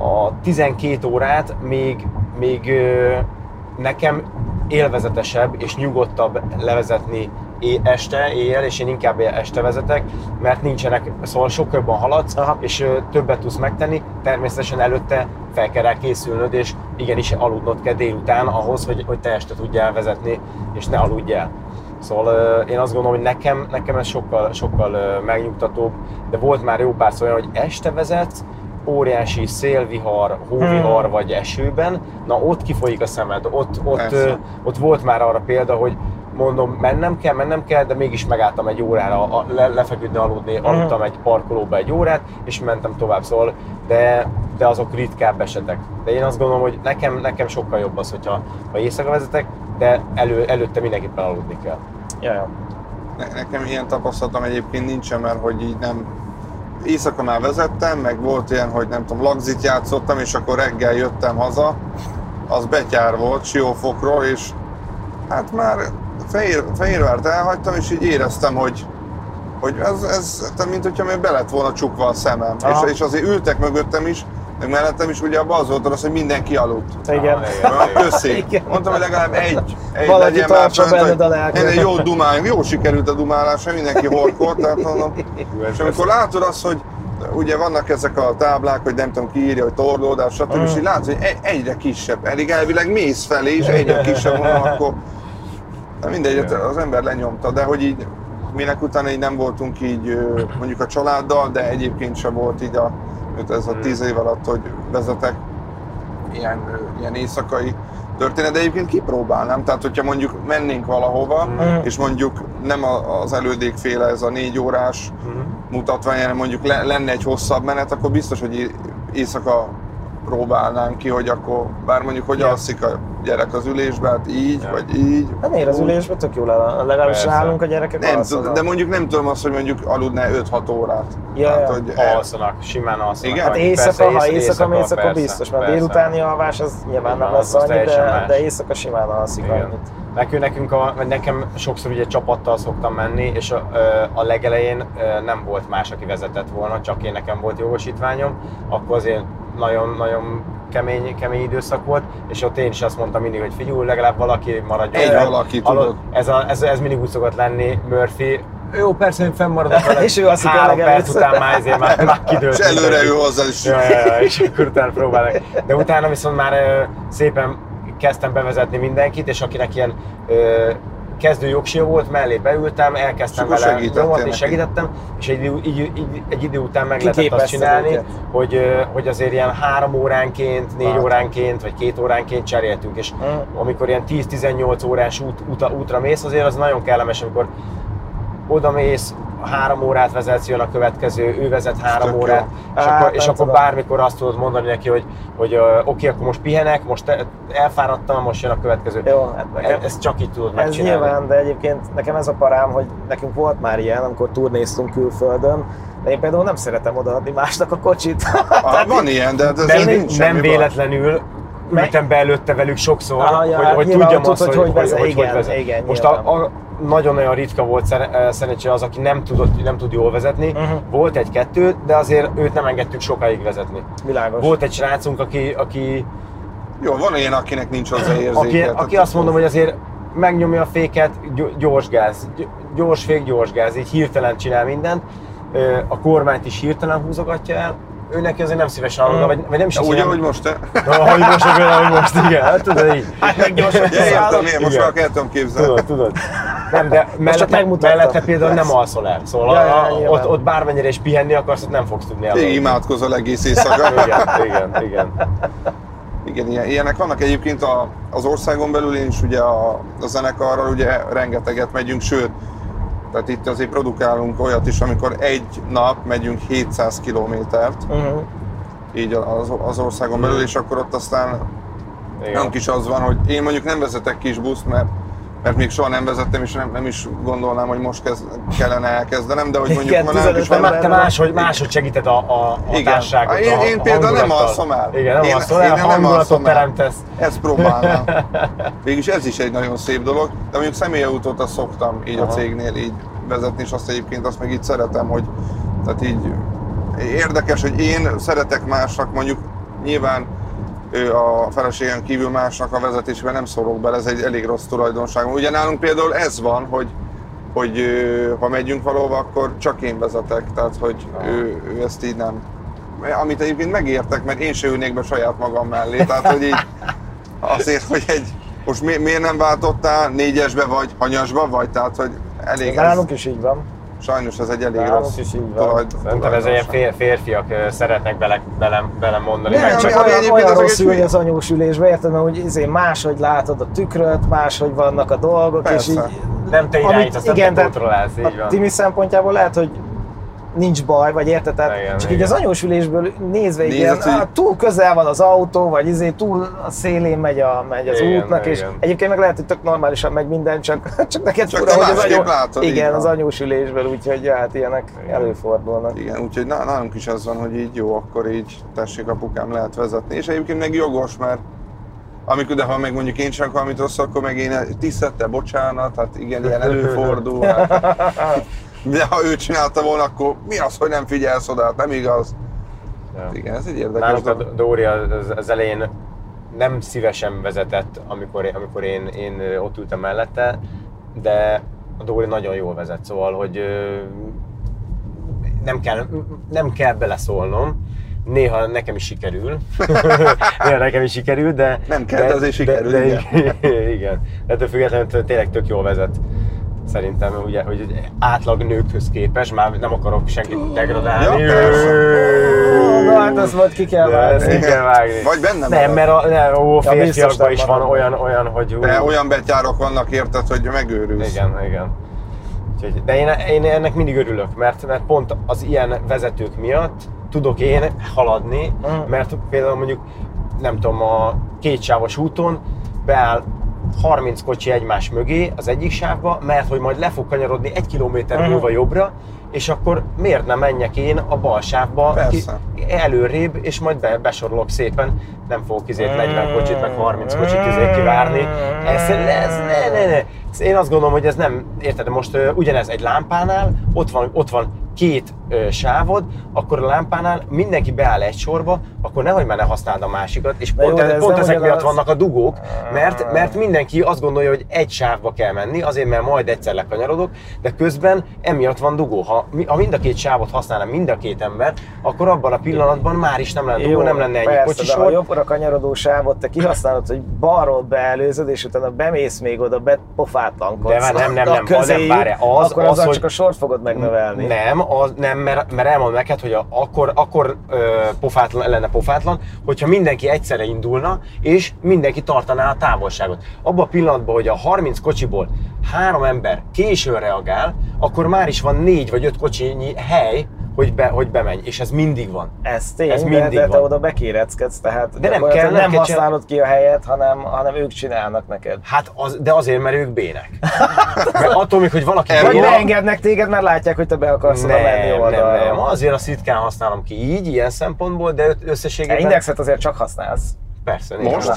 12 órát még nekem élvezetesebb és nyugodtabb levezetni éjjel, és én inkább este vezetek, mert nincsenek, szóval sokkal jobban haladsz, és többet tudsz megtenni, természetesen előtte fel kell rá készülnöd, és igenis aludnod kell délután ahhoz, hogy te este tudjál vezetni, és ne aludj el. Szóval én azt gondolom, hogy nekem ez sokkal megnyugtatóbb, de volt már jó párszor olyan, hogy este vezetsz, óriási szélvihar, hóvihar vagy esőben, na ott kifolyik a szemed, ott volt már arra példa, hogy mondom, mennem kell, de mégis megálltam egy órára lefeküdni, aludni, aludtam egy parkolóba egy órát, és mentem tovább, szóval, de azok ritkább esetek. De én azt gondolom, hogy nekem sokkal jobb az, hogyha éjszaka vezetek, de előtte mindenképpen aludni kell. Ja. Nekem ilyen tapasztalatom egyébként nincsen, mert hogy így nem... Éjszaka már vezettem, meg volt ilyen, hogy nem tudom, lagzit játszottam, és akkor reggel jöttem haza, az betyár volt Siófokról, és hát már Fehérvárt elhagytam, és így éreztem, hogy ez mint hogyha még be lett volna csukva a szemem. És azért ültek mögöttem is, meg mellettem is, ugye abban az volt az, hogy mindenki aludt. Igen. Köszi. Mondtam, hogy legalább egy valaki tartsa benned a lelket. Jó dumáljunk, jó sikerült a dumálás, mindenki horkolt, tehát mondom. És amikor látod azt, hogy ugye vannak ezek a táblák, hogy nem tudom ki írja, hogy torlódás, stb. És így látod, hogy egyre kisebb, elég elvileg mész felé, és egyre kisebb van, akkor mindegy, az ember lenyomta, de hogy így minek utána így nem voltunk így mondjuk a családdal, de egyébként sem volt így ez a 10 év alatt, hogy vezetek ilyen éjszakai történet, de egyébként kipróbálnám, tehát hogyha mondjuk mennénk valahova, és mondjuk nem az elődékféle ez a 4 órás mutatvány, hanem mondjuk lenne egy hosszabb menet, akkor biztos, hogy éjszaka próbálnánk ki, hogy akkor, bár mondjuk hogy alszik a gyerek az ülésbe, hát így, vagy így. Nem ér az ülésbe, tök jól áll, legalábbis nálunk a gyerekek alszanak. De mondjuk nem tudom azt, hogy mondjuk aludná 5-6 órát. Tehát, hogy alszanak, simán alszanak. Igen? Hát ha éjszaka mész, akkor biztos, mert délutáni alvás az nyilván nem lesz annyi, de éjszaka simán alszik annyit. Nekem sokszor ugye csapattal szoktam menni, és a legelején nem volt más, aki vezetett volna, csak nekem volt jogosítványom, akkor azért nagyon kemény időszak volt, és ott én is azt mondtam mindig, hogy figyelj, legalább valaki maradjon. Egy valaki, tudod. Ez mindig úgy szokott lenni, Murphy. Jó, persze, én fennmaradok vele. És ő azt 3 perc után már kidőlt. És előre ő hozzá is. És akkor utána próbálok. De utána viszont már szépen kezdtem bevezetni mindenkit, és akinek ilyen kezdő jogsia volt, mellé beültem, elkezdtem vele nyomatni, segítettem, és egy idő után meg lehetett azt csinálni, hogy azért ilyen 3 óránként, 4 óránként, vagy 2 óránként cseréltünk, és amikor ilyen 10-18 órás útra mész, azért az nagyon kellemes, amikor oda mész, 3 órát vezetsz, jön a következő, ő vezet 3 tök órát, jó. és akkor bármikor azt tudod mondani neki, hogy oké, akkor most pihenek, most elfáradtam, most jön a következő. Jó, hát ezt csak így tudod ez megcsinálni. nyilván, de egyébként nekem ez a parám, hogy nekünk volt már ilyen, amikor turnéztunk külföldön, de én például nem szeretem odaadni másnak a kocsit. Van ilyen, de ez nincs Nem semmi véletlenül ültem be előtte velük sokszor, hogy nyilván tudjam tudod, azt, hogy vezet. hogy Igen, vezet. igen, Most nyilván. nagyon olyan ritka volt szerencsére az, aki nem tud jól vezetni. Volt egy-kettő, de azért őt nem engedtük sokáig vezetni. Világos. Volt egy srácunk, aki Jó, van ilyen, akinek nincs hozzá érzéke. aki azt mondom, hogy azért megnyomja a féket, gyors gáz, gyors fék, gyors gáz, így hirtelen csinál mindent. A kormányt is hirtelen húzogatja el. Ő neki azért nem szívesen hallod, vagy nem is Úgy, szívesen. ahogy most te? Ahogy most, igen, hát tudod így. Hát meg gyorsan Ja, értem, én most Igen. már el tudom képzelni. Tudod. Nem, de csak megmutatta. mellette például nem alszol el. Szóval nyilván. ott bármennyire is pihenni akarsz, ott nem fogsz tudni Tényleg elaludni. imádkozol egész éjszaka. Igen. Igen, ilyenek vannak egyébként az országon belül, én is ugye a zenekarral ugye rengeteget megyünk, sőt, tehát itt azért produkálunk olyat is, amikor egy nap megyünk 700 kilométert, így az országon belül, és akkor ott aztán nem is az van, hogy én mondjuk nem vezetek kis buszt, mert még soha nem vezettem, és nem is gondolnám, hogy most kellene elkezdenem, de hogy mondjuk Igen, ma nálunk is van. Te máshogy segíted a társaságot. Én például nem alszom el. Igen, nem alszol el, hangulatot teremtesz. Ezt próbálnám. Végülis ez is egy nagyon szép dolog, de mondjuk személyautót azt szoktam így a cégnél így vezetni, és azt egyébként azt meg így szeretem, hogy tehát így érdekes, hogy én szeretek másnak, mondjuk nyilván a feleségem kívül másnak a vezetésben nem szólok bele, ez egy elég rossz tulajdonságom. Ugye nálunk például ez van, hogy ha megyünk valahova, akkor csak én vezetek, tehát hogy ő ezt így nem. Amit egyébként megértek, mert én se ülnék be saját magam mellé, tehát hogy így azért, hogy most miért nem váltottál, 4-esbe vagy, hanyasba vagy, tehát hogy elég Nálunk is így van. Sajnos ez egy elég Nálunk rossz is így van. Szerintem ez ilyen férfiak szeretnek bele mondani. Nem, csak ami egyébként olyan ezek rossz egy ülni hülye. az anyós ülésbe, érted, mert hogy máshogy látod a tükröt, máshogy vannak a dolgok, Persze. és így... Nem te irányítasz, nem te kontrollálsz, így a van. Timi szempontjából lehet, hogy nincs baj, vagy érted? Tehát Igen, csak igen. így az anyós ülésből nézve így Nézed, ilyen, hogy- túl közel van az autó, vagy túl a szélén megy az Igen, útnak, és igen. egyébként meg lehet, hogy tök normálisan megy minden, csak neked Csak fura, te hogy az másképp látod, így igen, van. az anyós ülésből, úgyhogy hát ilyenek előfordulnak. Igen, úgyhogy nálunk is ez van, hogy így jó, akkor így tessék apukám, lehet vezetni. És egyébként meg jogos, mert amikor, de ha meg mondjuk én csak valamit rossz, akkor meg én tisztette, bocsánat, hát igen, ilyen előfordul. Hát. De ha ő csinálta volna, akkor mi az, hogy nem figyelsz oda, hát nem igaz. Ja. Igen, ez egy érdekes Nálunk a dolog. Dóri az elején nem szívesen vezetett, amikor én ott ültem mellette, de a Dóri nagyon jól vezet, szóval, hogy nem kell beleszólnom. Néha nekem is sikerül, de... Nem kell, de azért sikerül, igen. De ettől függetlenül tényleg tök jól vezet. Szerintem, ugye, hogy átlag nőkhöz képest, már nem akarok senkit degradálni. Ja, persze. Na hát ezt majd ki kell De ezt vágni. ki kell vágni. Vagy benne Nem, marad. mert biztos férfiakban nem is van marad. olyan, hogy... De olyan betyárok vannak, érted, hogy megőrülsz. Igen. Úgyhogy, de én ennek mindig örülök, mert pont az ilyen vezetők miatt tudok én haladni, mert például mondjuk, nem tudom, a kétsávos úton beáll 30 kocsi egymás mögé az egyik sávba, mert hogy majd le fog kanyarodni 1 kilométer múlva jobbra, és akkor miért nem menjek én a bal sávba előrébb, és majd besorolok szépen, nem fogok 40 kocsit, meg 30 kocsit kivárni. Ne. Én azt gondolom, hogy ez nem, érted, most ugyanez egy lámpánál, ott van 2 sávod, akkor a lámpánál mindenki beáll egy sorba, akkor nehogy már ne használd a másikat, és pont ezek miatt vannak a dugók, mert mindenki azt gondolja, hogy egy sávba kell menni, azért mert majd egyszer lekanyarodok, de közben emiatt van dugó. Ha mind a 2 sávot használna mind a 2 ember, akkor abban a pillanatban már is nem lenne dugó, nem lenne ennyi kocsisor. De ha jobbra kanyarodó sávot te kihasználod, hogy balról beelőzöd, és utána bemész még oda, bepofátlankodsz nem, a közéig, várjál, akkor azzal csak a sort fogod megnövelni. Nem, mert elmondom neked, hogy akkor pofátlan lenne pofátlan, hogyha mindenki egyszerre indulna, és mindenki tartaná a távolságot. Abban a pillanatban, hogy a 30 kocsiból 3 ember későn reagál, akkor már is van 4 vagy 5 kocsinyi hely, hogy bemenj, és ez mindig van. Ez tény, de te oda bekéreckedsz, tehát de nem használod ki a helyet, hanem ők csinálnak neked. Hát de azért, mert ők bének. Mert attól még, hogy valaki... Vagy beengednek téged, mert látják, hogy te be akarsz oda menni oldalra. Nem, azért azt ritkán használom ki így, ilyen szempontból, de összességében... Indexet azért csak használsz. Persze,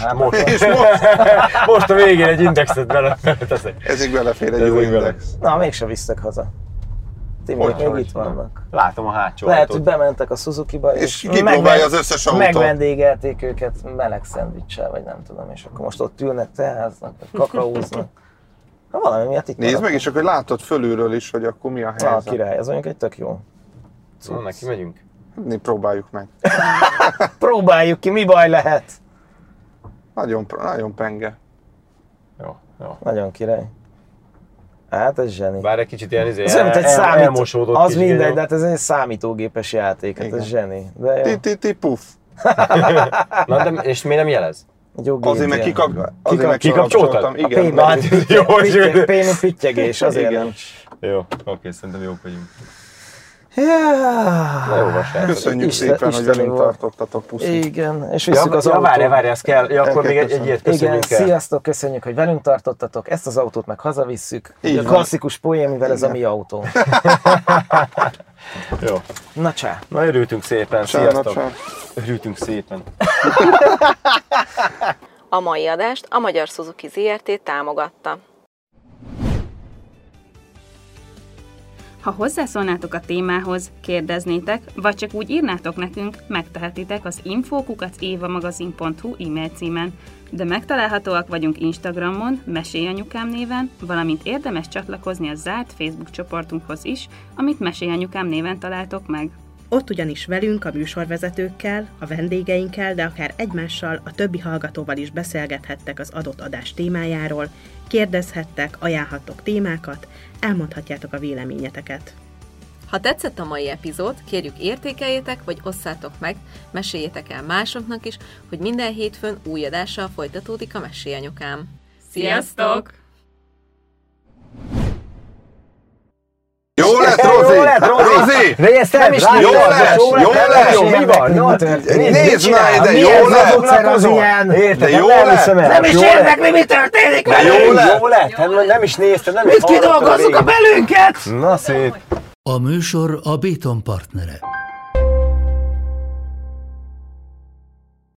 Most a végén egy indexet beleteszek. Ezig belefér egy jó index. Na, mégsem visztek haza. Timék még itt vannak. Látom a hátsó Lehet, ajtót. hogy bementek a Suzuki-ba, és kipróbálja az összes autót. Megvendégelték őket meleg szendvicssel, vagy nem tudom, és akkor most ott ülnek, teháznak, vagy kakaóznak. Na valami miatt itt nézd meg, és akkor látod fölülről is, hogy akkor mi a helyzet. Na, király, ez mondjuk egy tök jó. Na, neki megyünk. Próbáljuk meg. Próbáljuk ki, mi baj lehet? Nagyon penge. Jó. Nagyon király. Hát ez zseni. Bár egy kicsit ilyen elmosódott. Az mindegy, de hát ez egy számítógépes játék, hát ez zseni. Puff. Na, de és miért nem jelez? Azért meg kikapcsoltam. Igen. A P-mint pittyegés, azért nem. Jó, oké, szerintem jók vagyunk. Na jó vasárnap. Köszönjük szépen, hogy velünk tartottatok, puszi. Igen, és visszük az autót. Várj, ez kell. Ja, akkor még egy ilyet köszönjük el. Sziasztok, köszönjük, hogy velünk tartottatok. Ezt az autót meg hazavisszük. A klasszikus poén, mivel ez a mi autó. Jó. Na csá. Na, örültünk szépen. Sziasztok. Örültünk szépen. A mai adást a Magyar Suzuki Zrt. Támogatta. Ha hozzászólnátok a témához, kérdeznétek, vagy csak úgy írnátok nekünk, megtehetitek az info@évamagazin.hu e-mail címen. De megtalálhatóak vagyunk Instagramon, Mesélyanyukám néven, valamint érdemes csatlakozni a zárt Facebook csoportunkhoz is, amit Mesélyanyukám néven találtok meg. Ott ugyanis velünk, a műsorvezetőkkel, a vendégeinkkel, de akár egymással, a többi hallgatóval is beszélgethettek az adott adás témájáról, kérdezhettek, ajánlhattok témákat, elmondhatjátok a véleményeteket. Ha tetszett a mai epizód, kérjük értékeljétek, vagy osszátok meg, meséljétek el másoknak is, hogy minden hétfőn új adással folytatódik a Mesélyanyukám. Sziasztok! Jó lett, Rozi! De ezt nem is Jó lesz! Mi van? Nézd már ide, jó lett! De jó lett! Nem is érdekli, mi történik velünk! Jó lett! Nem is néztem, nem is mit kidolgozzuk a belünket! Na szép! A műsor a Béton partnere.